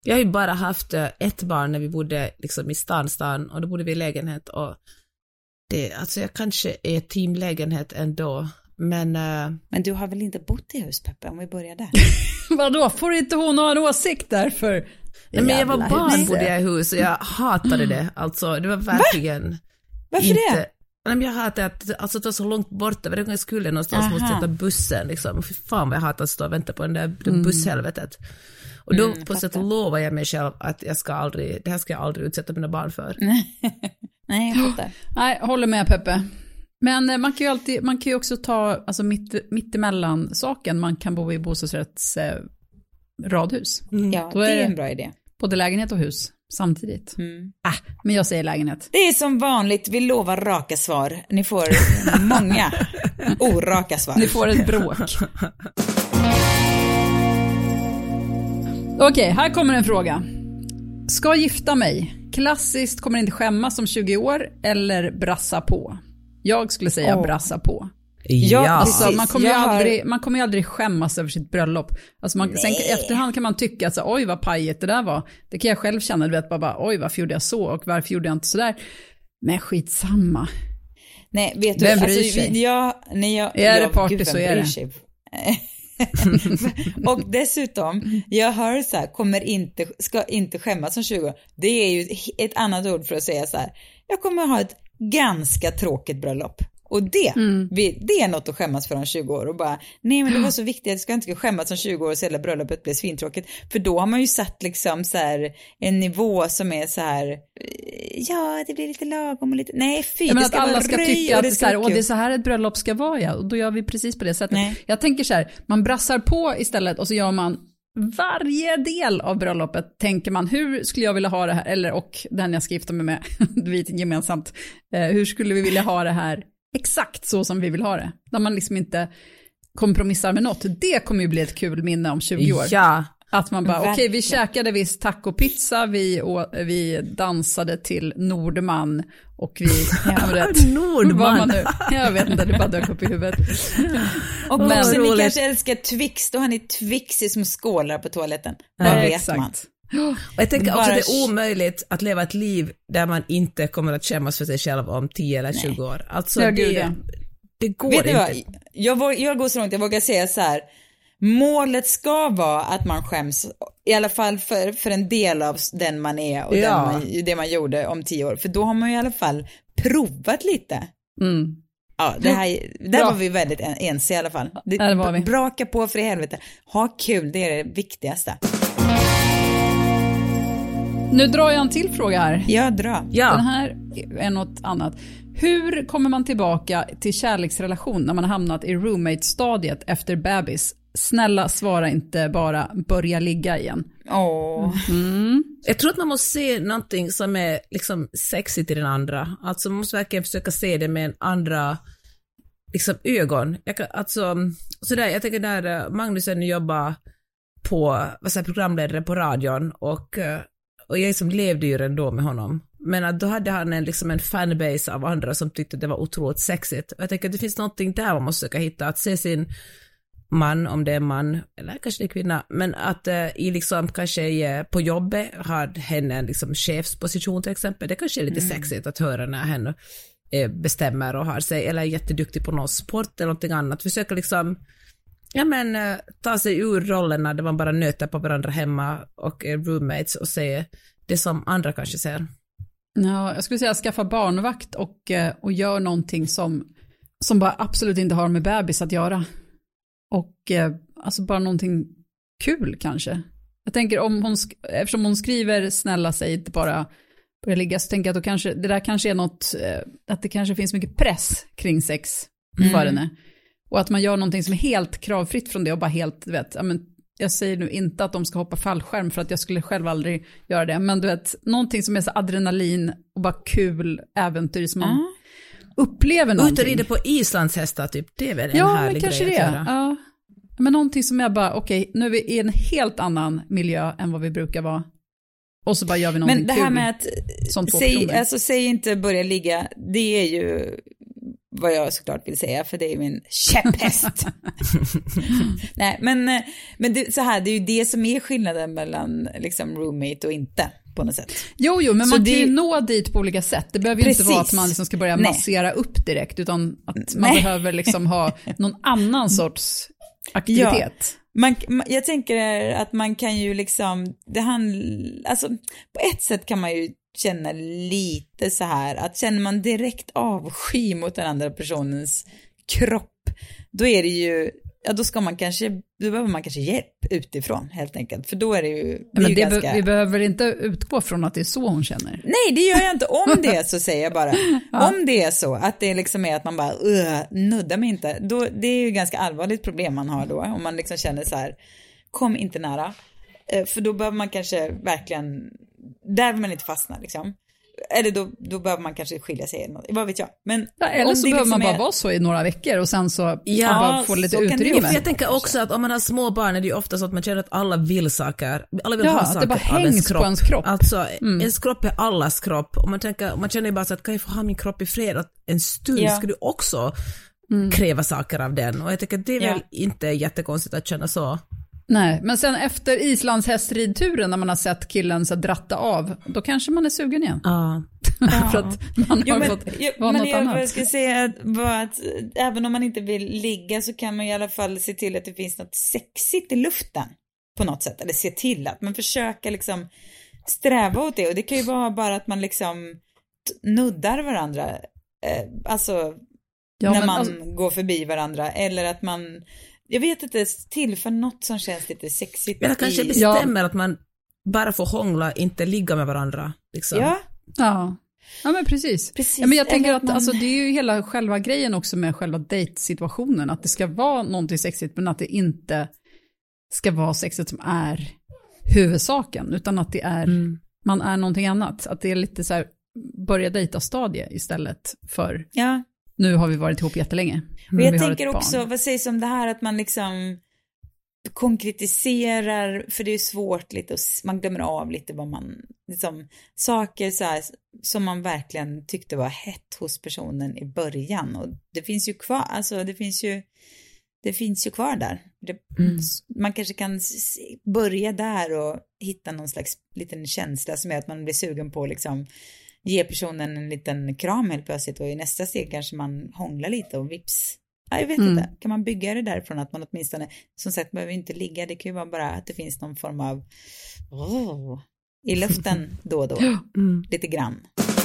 Jag har ju bara haft ett barn när vi bodde liksom i stan, stan och då bodde vi i lägenhet och det, alltså jag kanske är teamlägenhet ändå, men... Uh... Men du har väl inte bott i hus, Peppe, om vi börjar där? Vadå, får inte hon ha en åsikt därför? Nej, men jag var barn, bodde jag i hus och jag hatade det, alltså det var verkligen... Va? Varför inte... det? Nej, men jag hatade att alltså, det var så långt borta, varje gång jag skulle någonstans måste jag ta bussen liksom, fy fan vad jag hatade att stå och vänta på den där mm. busshelvetet. Och då mm, på sätt lovar jag mig själv att jag ska aldrig, det här ska jag aldrig utsätta mina barn för. Nej, jag fattar. Nej, håller med Peppe. Men man kan ju alltid, man kan ju också ta alltså mitt, mitt emellan saken, man kan bo i bostadsrätts eh, radhus. Mm. Ja, då det är, är en bra idé. Både lägenhet och hus samtidigt. Mm. Ah, men jag säger lägenhet. Det är som vanligt, vi lovar raka svar. Ni får många oraka svar. Ni får ett bråk. Okej, okay, här kommer en fråga. Ska gifta mig. Klassiskt, kommer inte skämmas om tjugo år eller brassa på. Jag skulle säga oh. brassa på. Ja, alltså, man, kommer ju aldrig, man kommer ju aldrig skämmas över sitt bröllop. Alltså man, sen, efterhand kan man tycka att så, oj vad pajigt det där var. Det kan jag själv känna, du vet bara, bara oj varför gjorde jag så och varför gjorde jag inte så där. Men skitsamma. Nej, vet du, vem bryr alltså, sig? Jag, nej, jag, är jag, det party gud, så är det. Och dessutom, jag hör så här, kommer inte, ska inte skämmas om tjugo år. Det är ju ett annat ord för att säga så här, jag kommer ha ett ganska tråkigt bröllop. Och det, mm. vi, det är något att skämmas för om tjugo år. Och bara, nej men det var så viktigt, jag ska inte skämmas om tjugo år så hela bröllopet blir svintråkigt. För då har man ju satt liksom så här en nivå som är så här, ja det blir lite lagom och lite, nej fy, ja, men det att ska alla vara ska röj tycka och att det, det, så här, och och det är så här ett bröllop ska vara, ja. Och då gör vi precis på det sättet. Nej. Jag tänker så här, man brassar på istället och så gör man varje del av bröllopet, tänker man hur skulle jag vilja ha det här, eller och den jag ska gifta mig med, vi gemensamt, eh, hur skulle vi vilja ha det här exakt så som vi vill ha det. Där man liksom inte kompromissar med något. Det kommer ju bli ett kul minne om tjugo år. Ja. Att man bara, okej okay, vi käkade visst tacopizza, vi, och, vi dansade till Nordman och vi... Ja, Nordman? Vad man nu, jag vet inte, det bara dök upp i huvudet. Och men, också, ni kanske älskar Twix, då har ni Twix i små skålar på toaletten. Vad ja, vet exakt. Man? Och jag tänker också att det är omöjligt att leva ett liv där man inte kommer att skämmas för sig själv om tio eller tjugo år. Alltså det, det, det går vet inte. Vad? Jag, våg, jag går så långt, jag vågar säga så här. Målet ska vara att man skäms, i alla fall för, för en del av den man är och ja. den man, det man gjorde om tio år. För då har man ju i alla fall provat lite. Mm. Ja, det här, där var vi väldigt ens i alla fall. Det, ja, det var vi. Braka på för i helvete. Ha kul, det är det viktigaste. Nu drar jag en till fråga här. Ja, dra. Ja. Den här är något annat. Hur kommer man tillbaka till kärleksrelation när man har hamnat i roommate-stadiet efter bebis? Snälla, svara inte bara börja ligga igen. Åh. Mm. Jag tror att man måste se någonting som är liksom sexigt i den andra. Alltså man måste verkligen försöka se det med en andra liksom ögon. Jag kan, alltså, sådär, jag tänker när Magnusen jobbar på vad säger, programledare på radion och Och jag som levde ju ändå med honom. Men att då hade han en, liksom en fanbase av andra som tyckte det var otroligt sexigt. Och jag tänker att det finns någonting där man måste söka hitta. Att se sin man, om det är man, eller kanske det är kvinna. Men att uh, i liksom kanske på jobbet har henne en liksom chefsposition till exempel. Det kanske är lite mm. sexigt att höra när henne eh, bestämmer och har sig. Eller är jätteduktig på någon sport eller någonting annat. Försöka liksom... Ja men uh, ta sig ur rollerna där man bara nöter på varandra hemma och är roommates och se det som andra kanske ser. Ja, jag skulle säga skaffa barnvakt och, och gör någonting som, som bara absolut inte har med bebis att göra. Och eh, alltså bara någonting kul kanske. Jag tänker om hon, eftersom hon skriver snälla säg inte bara börja ligga, så tänker jag att då kanske, det där kanske är något, eh, att det kanske finns mycket press kring sex mm. för henne. Och att man gör någonting som är helt kravfritt från det och bara helt, du vet, ja, men jag säger nu inte att de ska hoppa fallskärm för att jag skulle själv aldrig göra det. Men du vet, någonting som är så adrenalin och bara kul äventyr som man mm. upplever någonting. Ut och rida på Islands hästar typ, det är väl en ja, härlig kanske grej det. att göra. Ja, men någonting som är bara, okej, okay, nu är vi i en helt annan miljö än vad vi brukar vara. Och så bara gör vi någonting kul. Men det här med att, säg, alltså säg inte börja ligga, det är ju vad jag såklart vill säga, för det är min käpphäst. Nej, men, men det, så här, det är ju det som är skillnaden mellan liksom roommate och inte, på något sätt. Jo, jo, men så man det... kan ju nå dit på olika sätt. Det behöver ju Precis. inte vara att man liksom ska börja massera Nej. upp direkt, utan att man Nej. behöver liksom ha någon annan sorts aktivitet. Ja. Man, jag tänker att man kan ju liksom, det handl, alltså på ett sätt kan man ju känna lite så här, att känner man direkt avsky mot den andra personens kropp, då är det ju, ja då ska man kanske, då behöver man kanske hjälp utifrån helt enkelt, för då är det ju, det men är ju det ganska... be, vi behöver inte utgå från att det är så hon känner. Nej, det gör jag inte. Om det är så, säger jag bara. Ja. Om det är så, att det liksom är att man bara, nudda mig inte, då, det är ju ett ganska allvarligt problem man har då, om man liksom känner så här, kom inte nära, för då behöver man kanske verkligen, där vill man inte fastna liksom. Eller då, då behöver man kanske skilja sig, vad vet jag. Men ja, eller om så det behöver liksom man bara är... vara så i några veckor och sen så ja, bara få lite utrymme. Jag, jag tänker också att om man har små barn är det ju ofta så att man känner att alla vill saker. Alla vill ja, ha saker det bara av hängs ens kropp. på ens kropp. Alltså, mm. ens kropp är allas kropp. Och man, tänker, man känner ju bara så att kan jag få ha min kropp i fred? Att en stund ja. ska du också mm. kräva saker av den. Och jag tycker att det är väl ja. inte jättekonstigt att känna så. Nej, men sen efter Islands hästridturen när man har sett killen så dratta av, då kanske man är sugen igen. Ja. För att man jo, har men, fått jo, vara men något jag, annat. Jag ska säga var att även om man inte vill ligga så kan man i alla fall se till att det finns något sexigt i luften på något sätt. Eller se till att man försöker liksom sträva åt det. Och det kan ju vara bara att man liksom nuddar varandra. Eh, alltså ja, när man alltså... går förbi varandra. Eller att man... Jag vet inte, till för något som känns lite sexigt. Eller kanske i... bestämmer ja. att man bara får hångla, inte ligga med varandra. Liksom. Ja. Ja. Ja, men precis. precis. Ja, men jag tänker att man... alltså, det är ju hela själva grejen också med själva dejtsituationen. Att det ska vara någonting sexigt, men att det inte ska vara sexigt som är huvudsaken. Utan att det är, mm. man är någonting annat. Att det är lite så här, börja dejta-stadie istället för... Ja. Nu har vi varit ihop jättelänge. Och jag tänker också, vad sägs om det här att man liksom konkretiserar, för det är svårt lite och man glömmer av lite vad man, liksom, saker så här, som man verkligen tyckte var hett hos personen i början. Och det finns ju kvar, alltså det finns ju, det finns ju kvar där. Det, mm. Man kanske kan börja där och hitta någon slags liten känsla som är att man blir sugen på liksom ge personen en liten kram helt plötsligt och i nästa steg kanske man hånglar lite och vips. Ja, jag vet mm. inte. Kan man bygga det därifrån att man åtminstone, som sagt, behöver inte ligga. Det kan ju vara bara att det finns någon form av oh, i luften då och då. Mm. Lite grann.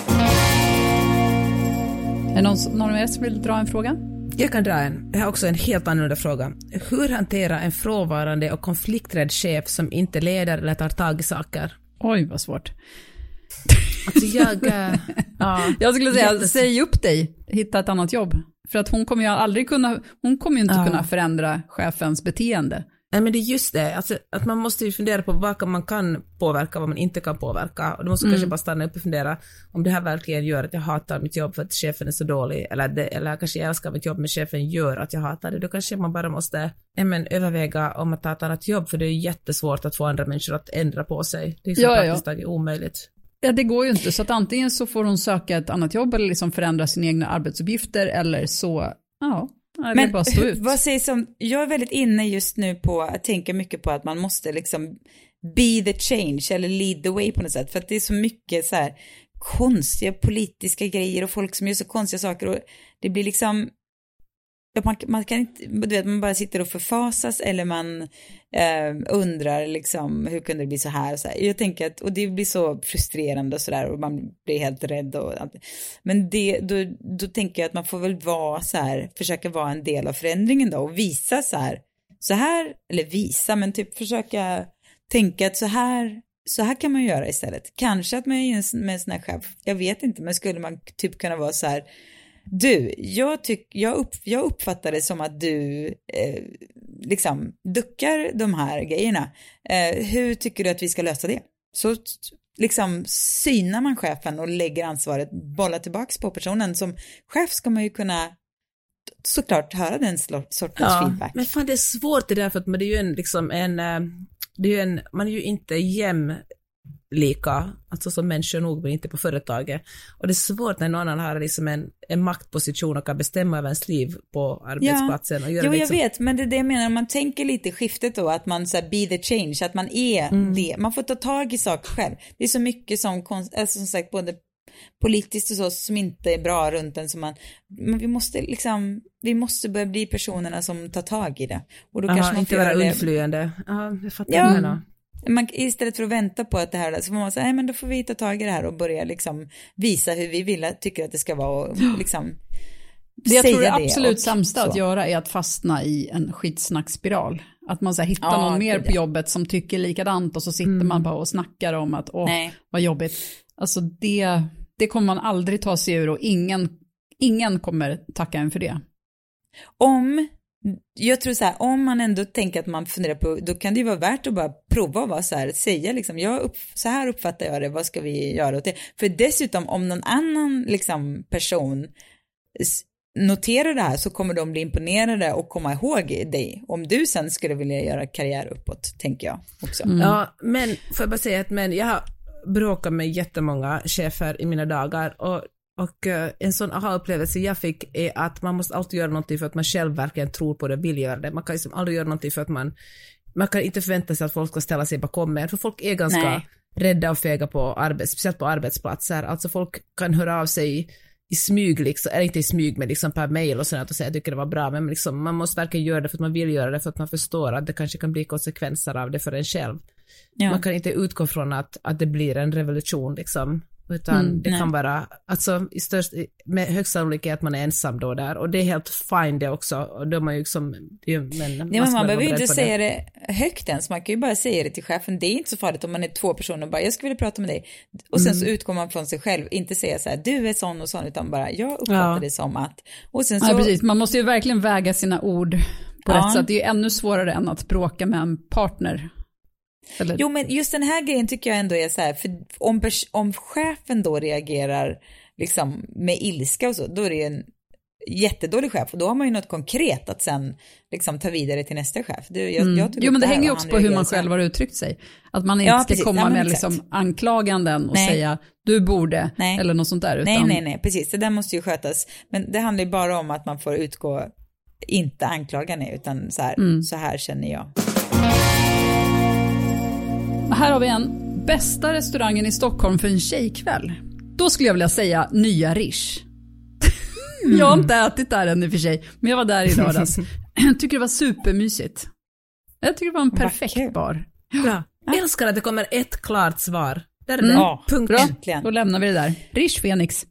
Är det någon, någon av er som vill dra en fråga? Jag kan dra en. Jag har också en helt annorlunda fråga. Hur hanterar en frånvarande och konflikträdd chef som inte leder eller tar tag i saker? Oj, vad svårt. Alltså jag, äh, ja, jag skulle säga, jättes... säg upp dig, hitta ett annat jobb. För att hon kommer ju aldrig kunna, hon kommer ju inte ja. kunna förändra chefens beteende. Nej, men det är just det, alltså, att man måste ju fundera på vad man kan påverka, vad man inte kan påverka. Och du måste mm. kanske bara stanna upp och fundera om det här verkligen gör att jag hatar mitt jobb för att chefen är så dålig. Eller, det, eller kanske jag älskar mitt jobb men chefen gör att jag hatar det. Då kanske man bara måste ja, men, överväga om att ta ett annat jobb. För det är jättesvårt att få andra människor att ändra på sig. Det är så ja, praktiskt ja. taget omöjligt. Ja, det går ju inte. Så att antingen så får hon söka ett annat jobb eller liksom förändra sina egna arbetsuppgifter eller så, ja, det men bara stå ut. Vad sägs om, jag är väldigt inne just nu på att tänka mycket på att man måste liksom be the change eller lead the way på något sätt. För att det är så mycket så här konstiga politiska grejer och folk som gör så konstiga saker och det blir liksom man, man kan inte, du vet, man bara sitter och förfasas eller man eh, undrar liksom hur kunde det bli så här och så här. Jag tänker att, och det blir så frustrerande och sådär och man blir helt rädd och allt. Men det, då, då tänker jag att man får väl vara så här, försöka vara en del av förändringen då och visa så här, så här, eller visa, men typ försöka tänka att så här så här kan man göra istället. Kanske att man är med en sån här chef, jag vet inte, men skulle man typ kunna vara så här: du, jag, tyck, jag, upp, jag uppfattar det som att du eh, liksom duckar de här grejerna. Eh, hur tycker du att vi ska lösa det? Så liksom synar man chefen och lägger ansvaret, bollar tillbaks på personen. Som chef ska man ju kunna såklart höra den sortens ja, feedback. Men fan, det är svårt det där för att det är ju en, liksom en, det är ju en, man är ju inte jäm lika, alltså som människor nog, men inte på företaget. Och det är svårt när någon annan har liksom en, en maktposition och kan bestämma över ens liv på arbetsplatsen. Ja. Och göra jo, liksom... jag vet, men det är det jag menar, om man tänker lite skiftet då, att man så här, be the change, att man är mm. det, man får ta tag i saker själv. Det är så mycket som, alltså, som sagt, både politiskt och så, som inte är bra runt en, som man, men vi måste liksom, vi måste börja bli personerna som tar tag i det. Och då Aha, kanske man inte vara undflyende. Ja, jag fattar ja. det då. Man, istället för att vänta på att det här, så får man säga, nej men då får vi ta tag i det här och börja liksom visa hur vi vill, tycker att det ska vara och liksom det jag tror det absolut och, sämsta så. att göra är att fastna i en skitsnackspiral. Att man så här, hittar ja, någon mer det. på jobbet som tycker likadant och så sitter mm. man bara och snackar om att åh, nej. Vad jobbigt. Alltså det, det kommer man aldrig ta sig ur och ingen, ingen kommer tacka en för det. Om, jag tror så här, om man ändå tänker att man funderar på, då kan det ju vara värt att bara prova att vara så här, säga liksom, jag upp, så här uppfattar jag det, vad ska vi göra åt det? För dessutom, om någon annan liksom person noterar det här, så kommer de bli imponerade och komma ihåg dig. Om du sen skulle vilja göra karriär uppåt, tänker jag också. Mm. Ja, men får jag bara säga att men jag har bråkat med jättemånga chefer i mina dagar, och Och uh, en sån aha-upplevelse jag fick är att man måste alltid göra någonting för att man själv verkligen tror på det och vill göra det. Man kan liksom aldrig göra någonting för att man, man kan inte förvänta sig att folk ska ställa sig bakom en, för folk är ganska Nej. rädda och fega på arbets, speciellt på arbetsplatser. Alltså folk kan höra av sig i smyg, liksom, eller inte i smyg, men liksom per mail och sånt och säga att jag tycker det var bra, men liksom, man måste verkligen göra det för att man vill göra det, för att man förstår att det kanske kan bli konsekvenser av det för en själv. Ja. Man kan inte utgå från att, att det blir en revolution liksom. Utan mm, det nej. kan vara, alltså i störst, med högst sannolikhet att man är ensam då där, och det är helt fine det också, och då är man ju liksom, det är, men, nej, men man behöver ju inte säga det. det högt ens, man kan ju bara säga det till chefen, det är inte så farligt om man är två personer och bara, jag skulle vilja prata med dig, och sen mm. så utgår man från sig själv, inte säga så här, du är sån och sån, utan bara, jag uppfattar ja. det som att, och sen så... Ja, precis, man måste ju verkligen väga sina ord på ja. rätt sätt, det är ju ännu svårare än att bråka med en partner. Eller? Jo, men just den här grejen tycker jag ändå är så här, för om, pers- om chefen då reagerar liksom med ilska och så, då är det en jättedålig chef, och då har man ju något konkret att sen liksom ta vidare till nästa chef. Det, jag, mm. jag jo, men det hänger ju också på hur man själv har uttryckt sig. Att man inte ja, ska precis. komma ja, med liksom anklaganden och nej. säga du borde, nej. eller något sånt där. Utan... Nej, nej, nej, precis. Det där måste ju skötas. Men det handlar ju bara om att man får utgå, inte anklaga nej, utan så här, mm. så här känner jag. Här har vi en bästa restaurangen i Stockholm för en tjejkväll. Då skulle jag vilja säga Nya Rish. Mm. Jag har inte ätit där än i och för sig, men jag var där i lördags. Jag tycker det var supermysigt. Jag tycker det var en perfekt Vacker. bar. Ja. Jag älskar att det kommer ett klart svar. Där är det. Mm. Ja, punkt. Bra. Då lämnar vi det där. Rish Phoenix.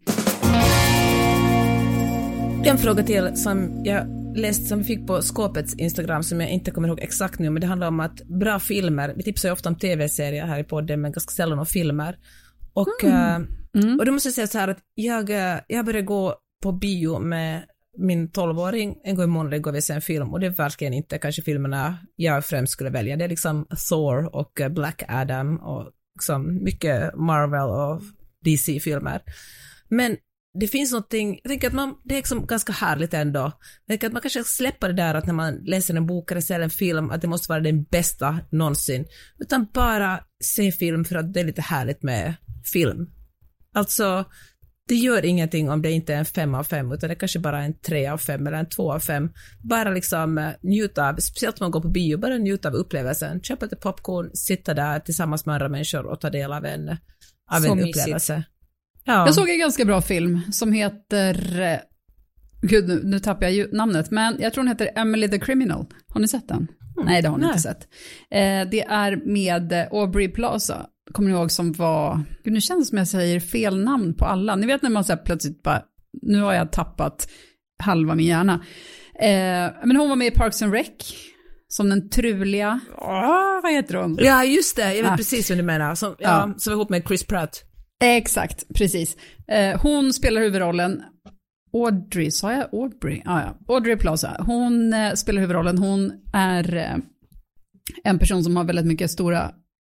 En fråga till som jag läst, som vi fick på Skåpets Instagram, som jag inte kommer ihåg exakt nu, men det handlar om att bra filmer, vi tipsar ju ofta om tv-serier här i podden, men ganska sällan om filmer. Och, mm. Mm. och då måste jag säga så här att jag, jag började gå på bio med min tolvåring en gång i månaden, går vi se en film, och det är verkligen inte kanske filmerna jag främst skulle välja. Det är liksom Thor och Black Adam och liksom mycket Marvel och D C-filmer. Men det finns någonting, jag tänker att man, det är liksom ganska härligt ändå. Jag tänker att man kanske släpper det där att när man läser en bok eller ser en film att det måste vara den bästa någonsin. Utan bara se film för att det är lite härligt med film. Alltså, det gör ingenting om det inte är en fem av fem, utan det kanske bara är en tre av fem eller en två av fem. Bara liksom njuta av, speciellt om man går på bio, bara njuta av upplevelsen. Köpa lite popcorn, sitta där tillsammans med andra människor och ta del av en, av en upplevelse. Ja. Jag såg en ganska bra film som heter, gud nu, nu tappar jag ju namnet, men jag tror den heter Emily the Criminal. Har ni sett den? Mm. Nej, det har ni Nej. inte sett. Eh, det är med Aubrey Plaza, kommer ni ihåg, som var, gud nu känns det som jag säger fel namn på alla. Ni vet när man så här plötsligt bara, nu har jag tappat halva min hjärna. Eh, men hon var med i Parks and Rec som den truliga, åh, vad heter hon? Ja, just det, jag vet ah. precis vad du menar. Som, ja, ja. som är ihop med Chris Pratt. Exakt, precis. Eh, hon spelar huvudrollen. Audrey, sa jag Aubrey? Ah, ja. Aubrey Plaza. Hon eh, spelar huvudrollen. Hon är eh, en person som har väldigt mycket stora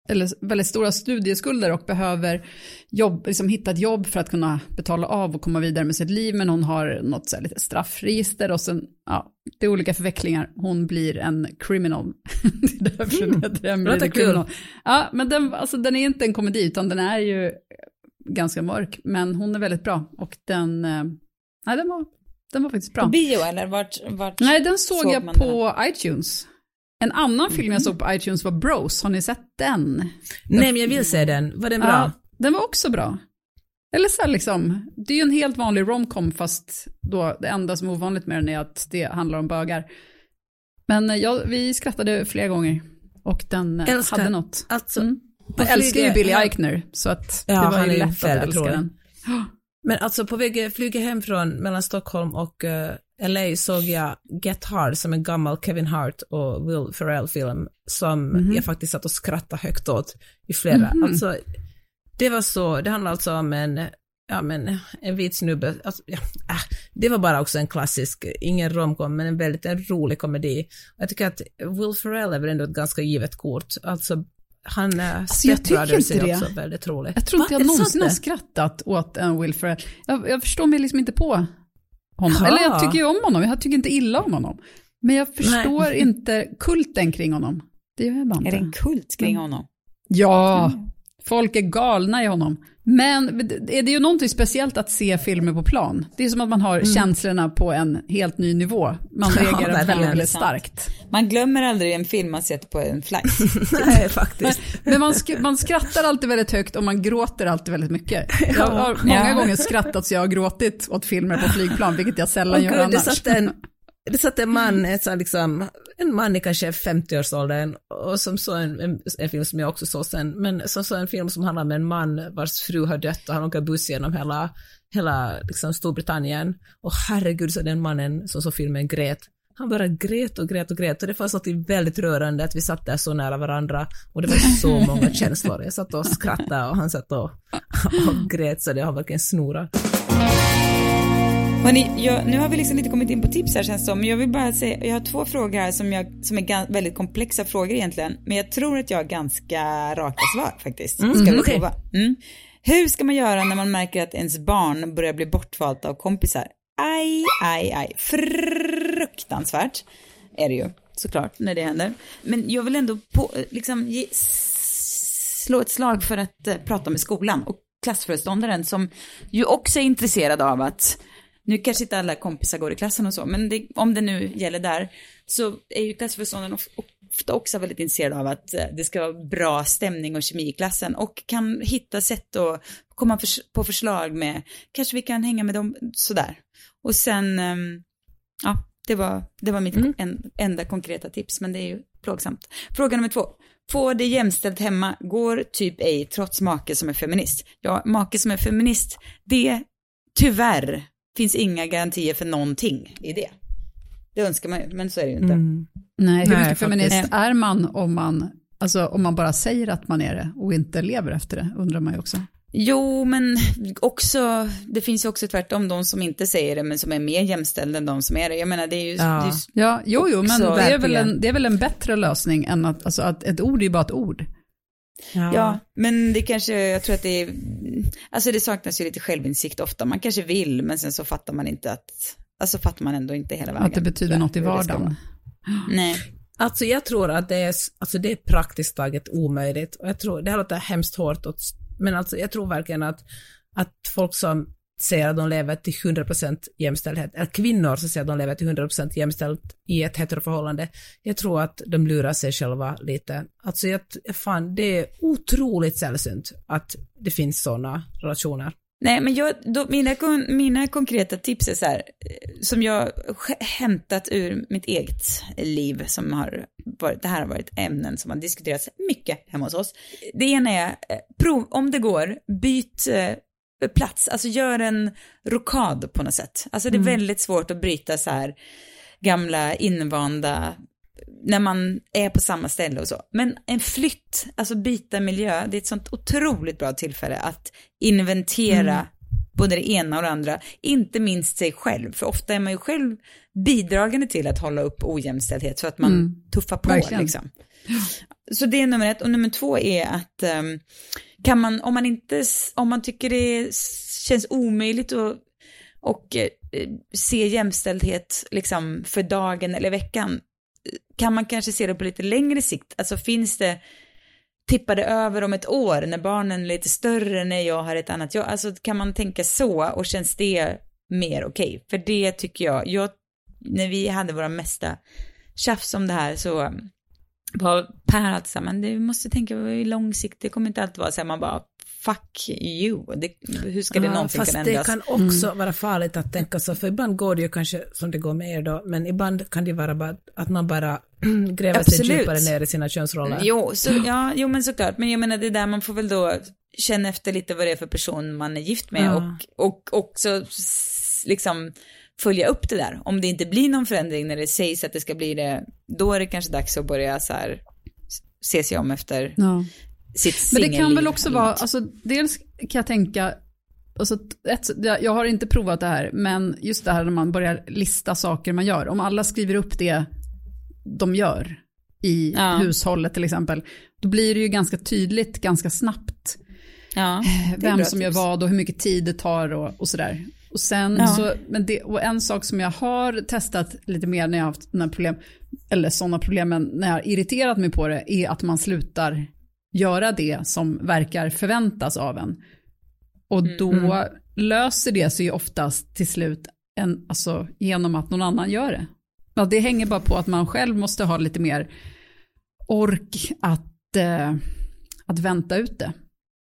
eller väldigt stora studieskulder och behöver jobb, liksom hitta ett jobb för att kunna betala av och komma vidare med sitt liv, men hon har något så här lite straffregister och sen, ja, det är olika förvecklingar. Hon blir en criminal. Det är därför mm. det är låter kul. Ja, men den, alltså, den är inte en komedi, utan den är ju ganska mörk, men hon är väldigt bra och den, nej, den var, den var faktiskt bra. På bio eller vart, vart nej, den såg, såg jag på den? iTunes. En annan Mm. film jag såg på iTunes var Bros. Har ni sett den? Nej, men jag vill se den. Var den bra? Ja, den var också bra. Eller så här liksom, det är ju en helt vanlig romcom, fast då det enda som är ovanligt med den är att det handlar om bögar. Men ja, vi skrattade flera gånger och den älskar. hade något. Alltså, mm. Jag älskar ju Billy Eichner, så att ja, det var ju lätt att älska rolig. den. Men alltså på väg flyga hem från mellan Stockholm och uh, L A såg jag Get Hard som en gammal Kevin Hart och Will Ferrell-film som mm-hmm. jag faktiskt satt och skrattade högt åt i flera. Mm-hmm. Alltså, det var så, det handlar alltså om en, ja, men, en vit snubbe. Alltså, ja, äh, det var bara också en klassisk, ingen romcom, men en väldigt en rolig komedi. Jag tycker att Will Ferrell är väl ändå ett ganska givet kort. Alltså, han är alltså, jag tycker inte det. Också väldigt rolig. Jag tror inte jag någonsin har skrattat åt en Will Ferrell. Jag, jag förstår mig liksom inte på honom. Ja. Eller jag tycker ju om honom. Jag tycker inte illa om honom. Men jag förstår Nej. inte kulten kring honom. Det gör jag bara inte. Är det en kult kring mm. honom? Ja, mm. folk är galna i honom. Men är det ju någonting speciellt att se filmer på plan. Det är som att man har mm. känslorna på en helt ny nivå. Man ja, reagerar väldigt, väldigt starkt. Man glömmer aldrig en film man sett på en flight. Nej, faktiskt. Men man, sk- man skrattar alltid väldigt högt och man gråter alltid väldigt mycket. Jag har många ja. gånger skrattat så jag har gråtit åt filmer på flygplan, vilket jag sällan oh, gör God, annars. Det satt en, det satt en man, ett så liksom, en man i kanske femtio-årsåldern och som så en, en, en film som jag också såg sen, men som så en film som handlar om en man vars fru har dött och han åker buss genom hela, hela liksom Storbritannien och herregud så den mannen som så filmen grät. Han bara grät och grät och grät och det var så väldigt rörande att vi satt där så nära varandra och det var så många känslor. Jag satt och skrattade och han satt och, och grät så det har verkligen snorat. Hörrni, jag, nu har vi liksom lite kommit in på tips här känns det som, men jag vill bara säga, jag har två frågor här som, jag, som är gan, väldigt komplexa frågor egentligen, men jag tror att jag har ganska raka svar faktiskt. Mm, ska vi okay. prova? Mm. Hur ska man göra när man märker att ens barn börjar bli bortvalt av kompisar? Aj, aj, aj. Fruktansvärt är det ju, såklart, när det händer. Men jag vill ändå på, liksom, ge, slå ett slag för att eh, prata med skolan och klassföreståndaren som ju också är intresserad av att nu kanske inte alla kompisar går i klassen och så, men det, om det nu gäller där så är ju klassföreståndaren ofta också väldigt intresserad av att det ska vara bra stämning och kemi i klassen och kan hitta sätt att komma för, på förslag med, kanske vi kan hänga med dem sådär. Och sen, ja, det var, det var mitt mm. en, enda konkreta tips, men det är ju plågsamt. Fråga nummer två. Får det jämställt hemma, går typ ej trots make som är feminist? Ja, make som är feminist, det tyvärr finns inga garantier för någonting i det. Det önskar man ju, men så är det ju inte. Mm. Nej, hur mycket feminist faktiskt är man om man, alltså om man bara säger att man är det och inte lever efter det, undrar man ju också. Jo, men också, det finns ju också tvärtom de som inte säger det, men som är mer jämställda än de som är det. Jag menar, det är ju... Ja, det är ju ja jo, jo, men det är, väl en, det är väl en bättre lösning än att, alltså att ett ord är ju bara ett ord. Ja. ja, men det kanske, jag tror att det är, alltså det saknas ju lite självinsikt ofta. Man kanske vill, men sen så fattar man inte att, alltså fattar man ändå inte hela vägen. Att det betyder ja, något i vardagen. Nej. Alltså jag tror att det är, alltså det är praktiskt taget omöjligt. Och jag tror, det här låter hemskt hårt, och, men alltså jag tror verkligen att, att folk som säger att de lever till hundra procent jämställdhet, eller kvinnor som säger att de lever till hundra procent jämställt i ett heteroförhållande, jag tror att de lurar sig själva lite. Alltså jag, fan, det är otroligt sällsynt att det finns sådana relationer. Nej, men jag, då, mina, mina konkreta tips är så här, som jag hämtat ur mitt eget liv, som har varit, det här har varit ämnen som har diskuterats mycket hemma hos oss. Det ena är, prov, om det går, byt plats, alltså gör en rokad på något sätt. Alltså det är mm. väldigt svårt att bryta så här gamla invanda när man är på samma ställe och så. Men en flytt, alltså byta miljö, det är ett sånt otroligt bra tillfälle att inventera mm. både det ena och det andra, inte minst sig själv, för ofta är man ju själv bidragande till att hålla upp ojämställdhet så att man mm. tuffar på Verkligen. liksom. Så det är nummer ett, och nummer två är att um, kan man, om man inte, om man tycker det känns omöjligt att och eh, se jämställdhet liksom för dagen eller veckan, kan man kanske se det på lite längre sikt. Alltså finns det, tippade över om ett år när barnen är lite större, när jag har ett annat jobb, alltså kan man tänka så, och känns det mer okej? Okay? För det tycker jag, jag, när vi hade våra mesta tjafs om det här så var Per alltid så här, men du måste tänka i långsiktigt, det kommer inte alltid vara så här, man bara fuck you, det, hur ska det ja, någonting fast kunna ändras? Det kan också mm. vara farligt att tänka så, för ibland går det ju kanske som det går med er då, men ibland kan det vara bara att man bara gräver Absolut. sig djupare ner i sina könsroller. Jo, så, ja, jo men såklart, men jag menar det där man får väl då känna efter lite vad det är för person man är gift med ja. och, och också liksom följa upp det där. Om det inte blir någon förändring när det sägs att det ska bli det, då är det kanske dags att börja så här se sig om efter ja. sitt singelliv. Men det kan väl också vara, alltså dels kan jag tänka, alltså ett, jag har inte provat det här, men just det här när man börjar lista saker man gör, om alla skriver upp det de gör i ja. hushållet till exempel, då blir det ju ganska tydligt ganska snabbt ja, vem som gör vad och hur mycket tid det tar och, och sådär. Och sen ja. så, men det, och en sak som jag har testat lite mer när jag har haft sådana problem, eller sådana problem, men när jag har irriterat mig på det, är att man slutar göra det som verkar förväntas av en. Och då mm. löser det sig oftast till slut en, alltså, genom att någon annan gör det. Ja, det hänger bara på att man själv måste ha lite mer ork att, eh, att vänta ut det.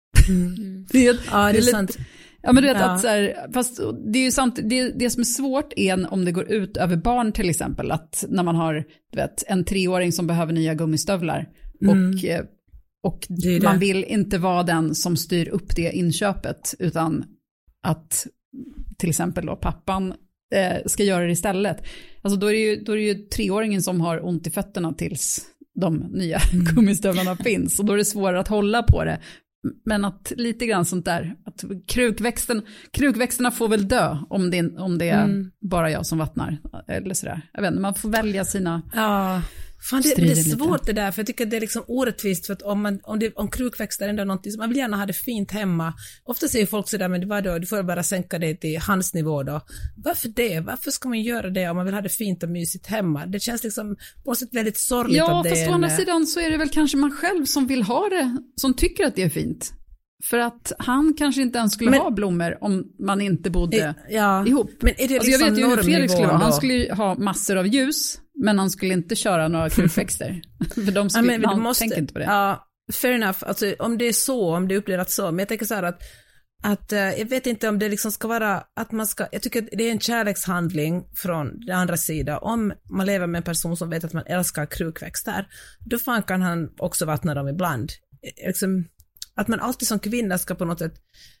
Mm. det är, ja, det är, det är sant. Lite, ja, men du vet ja. att så här, fast det är ju sant, det, det som är svårt är om det går ut över barn till exempel, att när man har du vet, en treåring som behöver nya gummistövlar mm. och, och det det. man vill inte vara den som styr upp det inköpet, utan att till exempel då pappan eh, ska göra det istället. Alltså då är det ju, då är det ju treåringen som har ont i fötterna tills de nya mm. gummistövlarna finns, och då är det svårare att hålla på det. Men att lite grann sånt där, att krukväxten, krukväxterna får väl dö om det, om det är mm. bara jag som vattnar, eller sådär. Jag vet inte, man får välja sina ja. Fan, det, det är svårt lite. Det där, för jag tycker att det är liksom orättvist, för att om, man, om, det, om krukväxter är ändå någonting som man vill gärna ha det fint hemma. Ofta säger folk sådär, men det var då, du får bara sänka det till handsnivå då. Varför det? Varför ska man göra det om man vill ha det fint och mysigt hemma? Det känns liksom på något sätt väldigt sorgligt. Ja, att det fast är å andra en... sidan så är det väl kanske man själv som vill ha det, som tycker att det är fint. För att han kanske inte ens skulle men, ha blommor om man inte bodde ja, ihop. Men är det liksom alltså jag vet ju hur Fredrik skulle vara. Han då? skulle ju ha massor av ljus, men han skulle inte köra några krukväxter. För de skulle, ja, men, han måste, tänker inte på det. Ja, fair enough. Alltså, om det är så, om det är upplevt så. Men jag tänker så här att, att jag vet inte om det liksom ska vara att man ska, jag tycker att det är en kärlekshandling från den andra sidan. Om man lever med en person som vet att man älskar krukväxter, då fan kan han också vattna dem ibland. Liksom, att man alltid som kvinna ska på något sätt,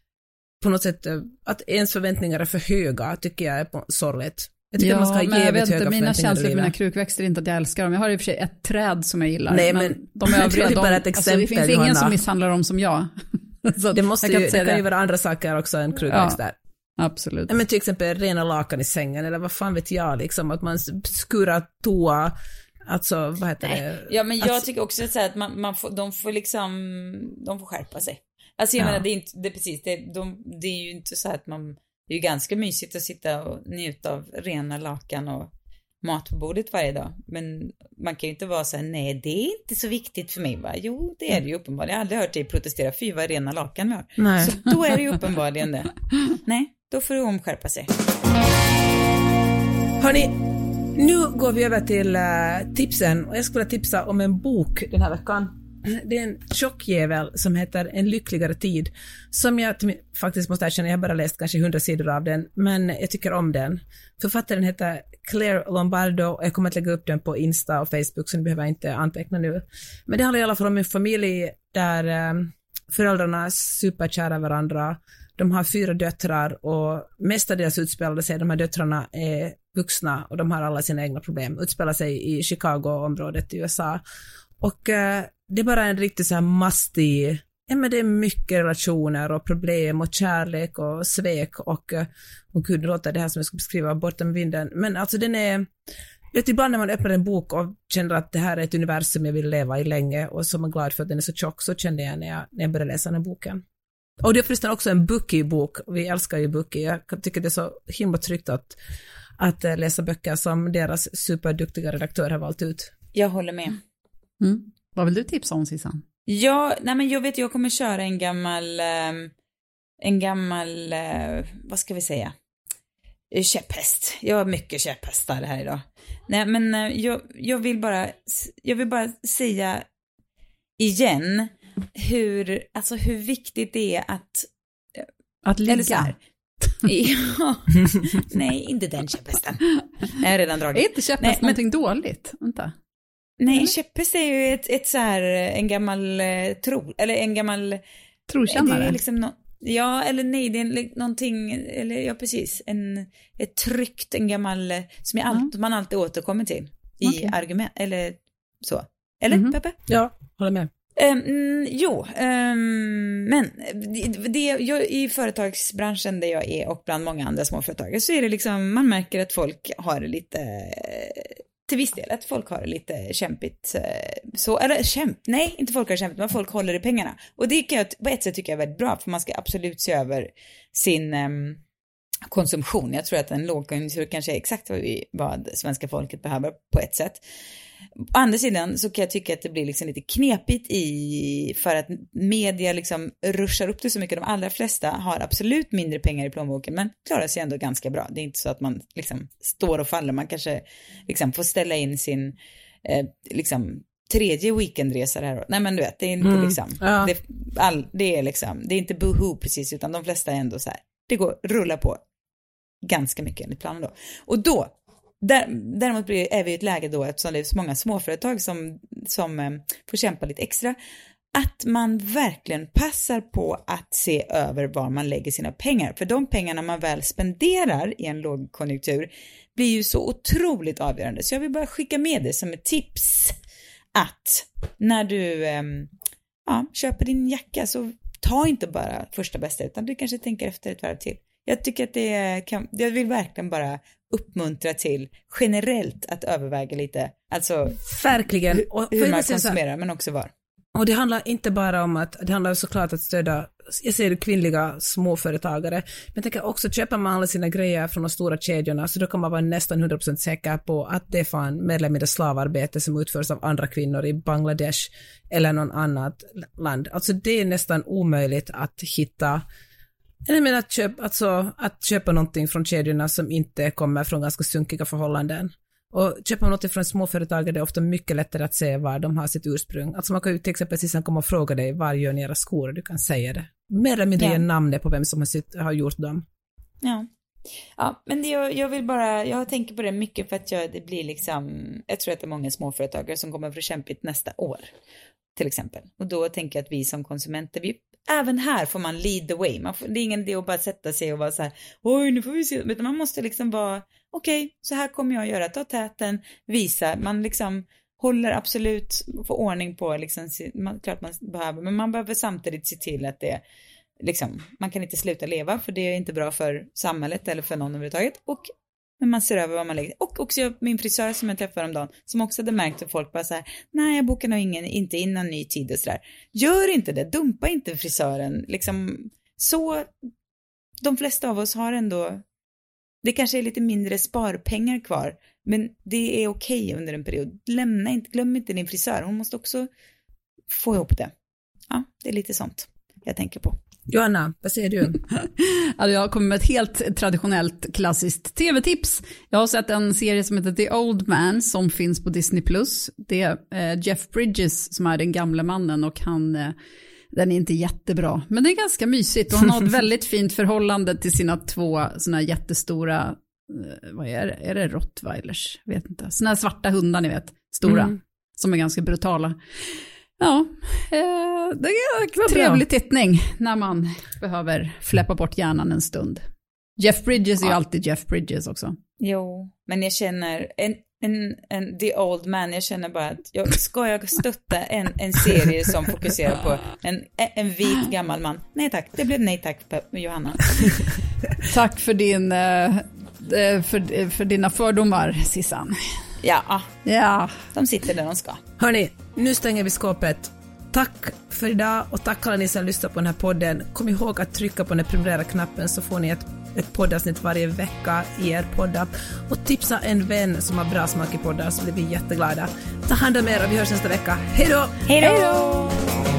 på något sätt att ens förväntningar är för höga, tycker jag är sorgligt. Jag tycker ja, att man ska men ge jag vet inte, mina känslor för mina krukväxter är inte att jag älskar dem. Jag har i och för sig ett träd som jag gillar. Nej, men, men de övriga, det är bara ett de, exempel. Alltså, det finns ingen Johanna. som misshandlar dem som jag. Så det måste jag ju, kan det kan ju vara andra saker också än krukväxter. Ja, absolut. Ja, men till exempel rena lakan i sängen, eller vad fan vet jag, liksom, att man skurar toa. Alltså, vad heter Nej. det? Ja, men jag att... tycker också att, att man, man får, de får liksom, de får skärpa sig. Alltså jag ja. menar, det är inte, det är precis, det, de, det är ju inte så att man, det är ju ganska mysigt att sitta och njuta av rena lakan och mat på bordet varje dag. Men man kan ju inte vara så här, nej, det är inte så viktigt för mig, va? Jo, det är det ju uppenbarligen. Jag har aldrig hört dig protestera, fy vad rena lakan vi har. Nej. Så då är det ju uppenbarligen det. Nej, då får du omskärpa sig. Hörrni, nu går vi över till uh, tipsen, och jag skulle vilja tipsa om en bok den här veckan. Det är en tjockjävel som heter En lyckligare tid, som jag faktiskt måste erkänna, jag har bara läst kanske hundra sidor av den, men jag tycker om den. Författaren heter Claire Lombardo, och jag kommer att lägga upp den på Insta och Facebook, så ni behöver inte anteckna nu. Men det handlar i alla fall om en familj där um, föräldrarna är superkära varandra. De har fyra döttrar, och mestadels utspelar sig, de här döttrarna är vuxna och de har alla sina egna problem. Utspelar sig i Chicago-området i U S A. Och uh, det är bara en riktigt så här mastig ja, men det är mycket relationer och problem och kärlek och svek och, och gud, låter det här som jag ska beskriva bortom med vinden. Men alltså den är, vet, ibland när man öppnar en bok och känner att det här är ett universum jag vill leva i länge och som är glad för att den är så tjock, så kände jag när jag, när jag började läsa den här boken. Och det är förresten också en Bookie-bok. Vi älskar ju Bookie. Jag tycker det är så himla tryggt att, att läsa böcker som deras superduktiga redaktör har valt ut. Jag håller med. Mm. Vad vill du tipsa om, Susanne? Ja, nej men jag vet, jag kommer köra en gammal, um, en gammal, uh, vad ska vi säga, käpphäst. Jag har mycket käpphästar här idag. Nej, men uh, jag, jag vill bara, jag vill bara säga igen hur, alltså hur viktigt det är att, att ligga. Eller så här, ja, nej, inte den käpphästen. Jag har redan dragit. Är inte käpphäst nej, någonting men, dåligt? Vänta. Nej, eller? Käpphäst är ju ett, ett så här, en gammal eh, tro, eller en gammal trotjänare. Det är liksom no, ja, eller nej, det är någonting, eller ja, precis, en, ett tryckt, en gammal, som jag allt, mm. man alltid återkommer till i okay. argument, eller så. Eller, mm-hmm. Peppe? Ja, håller med. Um, jo, um, men det, det, jag, i företagsbranschen där jag är och bland många andra småföretagare så är det liksom, man märker att folk har det lite, till viss del, att folk har det lite kämpigt, så, eller kämp, nej, inte folk har det kämpigt, men folk håller i pengarna. Och det kan jag, på ett sätt tycker jag är väldigt bra, för man ska absolut se över sin um, konsumtion. Jag tror att en lågkonjunktur kanske är exakt vad, vi, vad svenska folket behöver på ett sätt. Å andra sidan så kan jag tycka att det blir liksom lite knepigt i, för att media liksom ruschar upp det så mycket. De allra flesta har absolut mindre pengar i plånboken, men klarar sig ändå ganska bra. Det är inte så att man liksom står och faller. Man kanske liksom får ställa in sin eh, liksom tredje weekendresa här. Nej, men du vet, det är inte mm, liksom ja. det, all, det är liksom, det är inte boohoo precis, utan de flesta är ändå så här, det går rulla på ganska mycket enligt planen då. Och då Där, däremot blir, är vi i ett läge då, eftersom det är så många småföretag som, som eh, får kämpa lite extra, att man verkligen passar på att se över var man lägger sina pengar. För de pengarna man väl spenderar i en lågkonjunktur blir ju så otroligt avgörande. Så jag vill bara skicka med det som ett tips, att när du eh, ja, köper din jacka, så ta inte bara första bästa, utan du kanske tänker efter ett varv till. Jag tycker att det kan, jag vill verkligen bara uppmuntra till generellt att överväga lite, alltså verkligen. Hur, och hur man konsumerar, men också var. Och det handlar inte bara om att, det handlar såklart att stödja, jag ser kvinnliga småföretagare, men jag tänker också, köper man alla sina grejer från de stora kedjorna, så då kan man vara nästan hundra procent säker på att det är fan medlem i det slavarbete som utförs av andra kvinnor i Bangladesh eller någon annat land. Alltså det är nästan omöjligt att hitta. Jag menar att köpa, alltså, att köpa någonting från kedjorna som inte kommer från ganska sunkiga förhållanden. Och köpa något från småföretagare, det är ofta mycket lättare att se var de har sitt ursprung. Alltså man kan ju till exempel precis komma och fråga dig, var gör ni era skor, och du kan säga det. Mer eller mindre ja. namnet på vem som har, sitt, har gjort dem. Ja, ja, men det, jag, jag vill bara, jag tänker på det mycket för att jag, det blir liksom, jag tror att det är många småföretagare som kommer för kämpigt nästa år, till exempel. Och då tänker jag att vi som konsumenter, vi även här får man lead the way. Man får, det är ingen idé att bara sätta sig och vara så här, oj, nu får vi se. Utan man måste liksom vara, okej, okay, så här kommer jag att göra. Ta täten, visa. Man liksom håller absolut, får ordning på, liksom, man, klart man behöver. Men man behöver samtidigt se till att det, liksom, man kan inte sluta leva, för det är inte bra för samhället eller för någon överhuvudtaget. Och men man ser över vad man lägger. Och också min frisör som jag träffade om dagen, som också hade märkt att folk bara så här, nej, jag bokar nog ingen, inte innan ny tid och sådär. Gör inte det, dumpa inte frisören. Liksom, så, de flesta av oss har ändå, det kanske är lite mindre sparpengar kvar, men det är okej under en period. Lämna inte, glöm inte din frisör, hon måste också få ihop det. Ja, det är lite sånt jag tänker på. Johanna, vad säger du? Alltså jag kommer med ett helt traditionellt klassiskt tv-tips. Jag har sett en serie som heter The Old Man som finns på Disney plus. Det är eh, Jeff Bridges som är den gamla mannen, och han, eh, den är inte jättebra. Men det är ganska mysigt, och han har ett väldigt fint förhållande till sina två såna jättestora, eh, vad är det? Är det Rottweilers? Vet inte. Såna här svarta hundar, ni vet. Stora, mm. som är ganska brutala. Ja, eh, det är en trevlig tittning när man behöver släppa bort hjärnan en stund. Jeff Bridges är ja. ju alltid Jeff Bridges också. Jo, men jag känner, en, en, en The Old Man. Jag känner bara att jag, ska jag stötta en, en serie som fokuserar på en, en vit gammal man? Nej tack, det blev nej tack, Johanna. Tack för, din, för, för dina fördomar, Sissan. Ja, ja, de sitter där de ska. Hörni, nu stänger vi skåpet. Tack för idag och tack alla ni som lyssnar på den här podden. Kom ihåg att trycka på den prenumerera-knappen så får ni ett, ett poddavsnitt varje vecka i er poddar. Och tipsa en vän som har bra smak i poddar så blir vi jätteglada. Ta hand om er och vi hörs nästa vecka. Hej då! Hej då!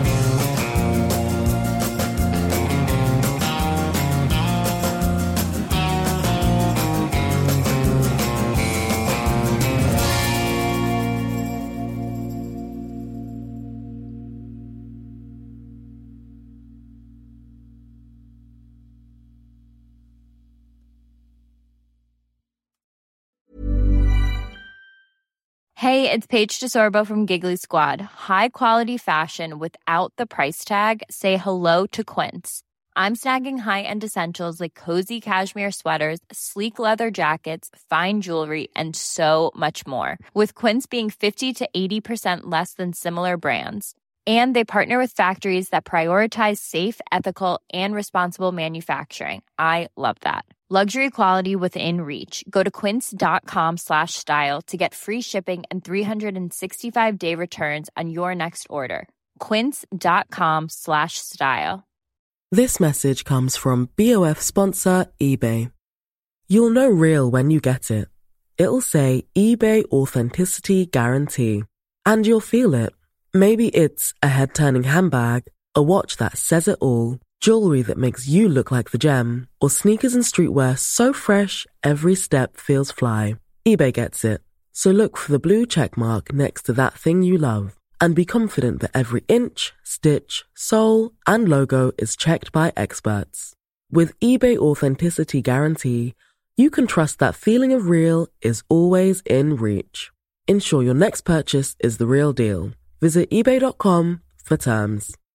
Hey, it's Paige DeSorbo from Giggly Squad. High quality fashion without the price tag. Say hello to Quince. I'm snagging high-end essentials like cozy cashmere sweaters, sleek leather jackets, fine jewelry, and so much more. With Quince being fifty to eighty percent less than similar brands. And they partner with factories that prioritize safe, ethical, and responsible manufacturing. I love that. Luxury quality within reach. Go to quince.com slash style to get free shipping and three sixty-five day returns on your next order. Quince.com slash style. This message comes from B O F sponsor eBay. You'll know real when you get it. It'll say eBay Authenticity Guarantee. And you'll feel it. Maybe it's a head-turning handbag, a watch that says it all, jewelry that makes you look like the gem, or sneakers and streetwear so fresh every step feels fly. eBay gets it. So look for the blue check mark next to that thing you love and be confident that every inch, stitch, sole, and logo is checked by experts. With eBay Authenticity Guarantee, you can trust that feeling of real is always in reach. Ensure your next purchase is the real deal. Visit ebay dot com for terms.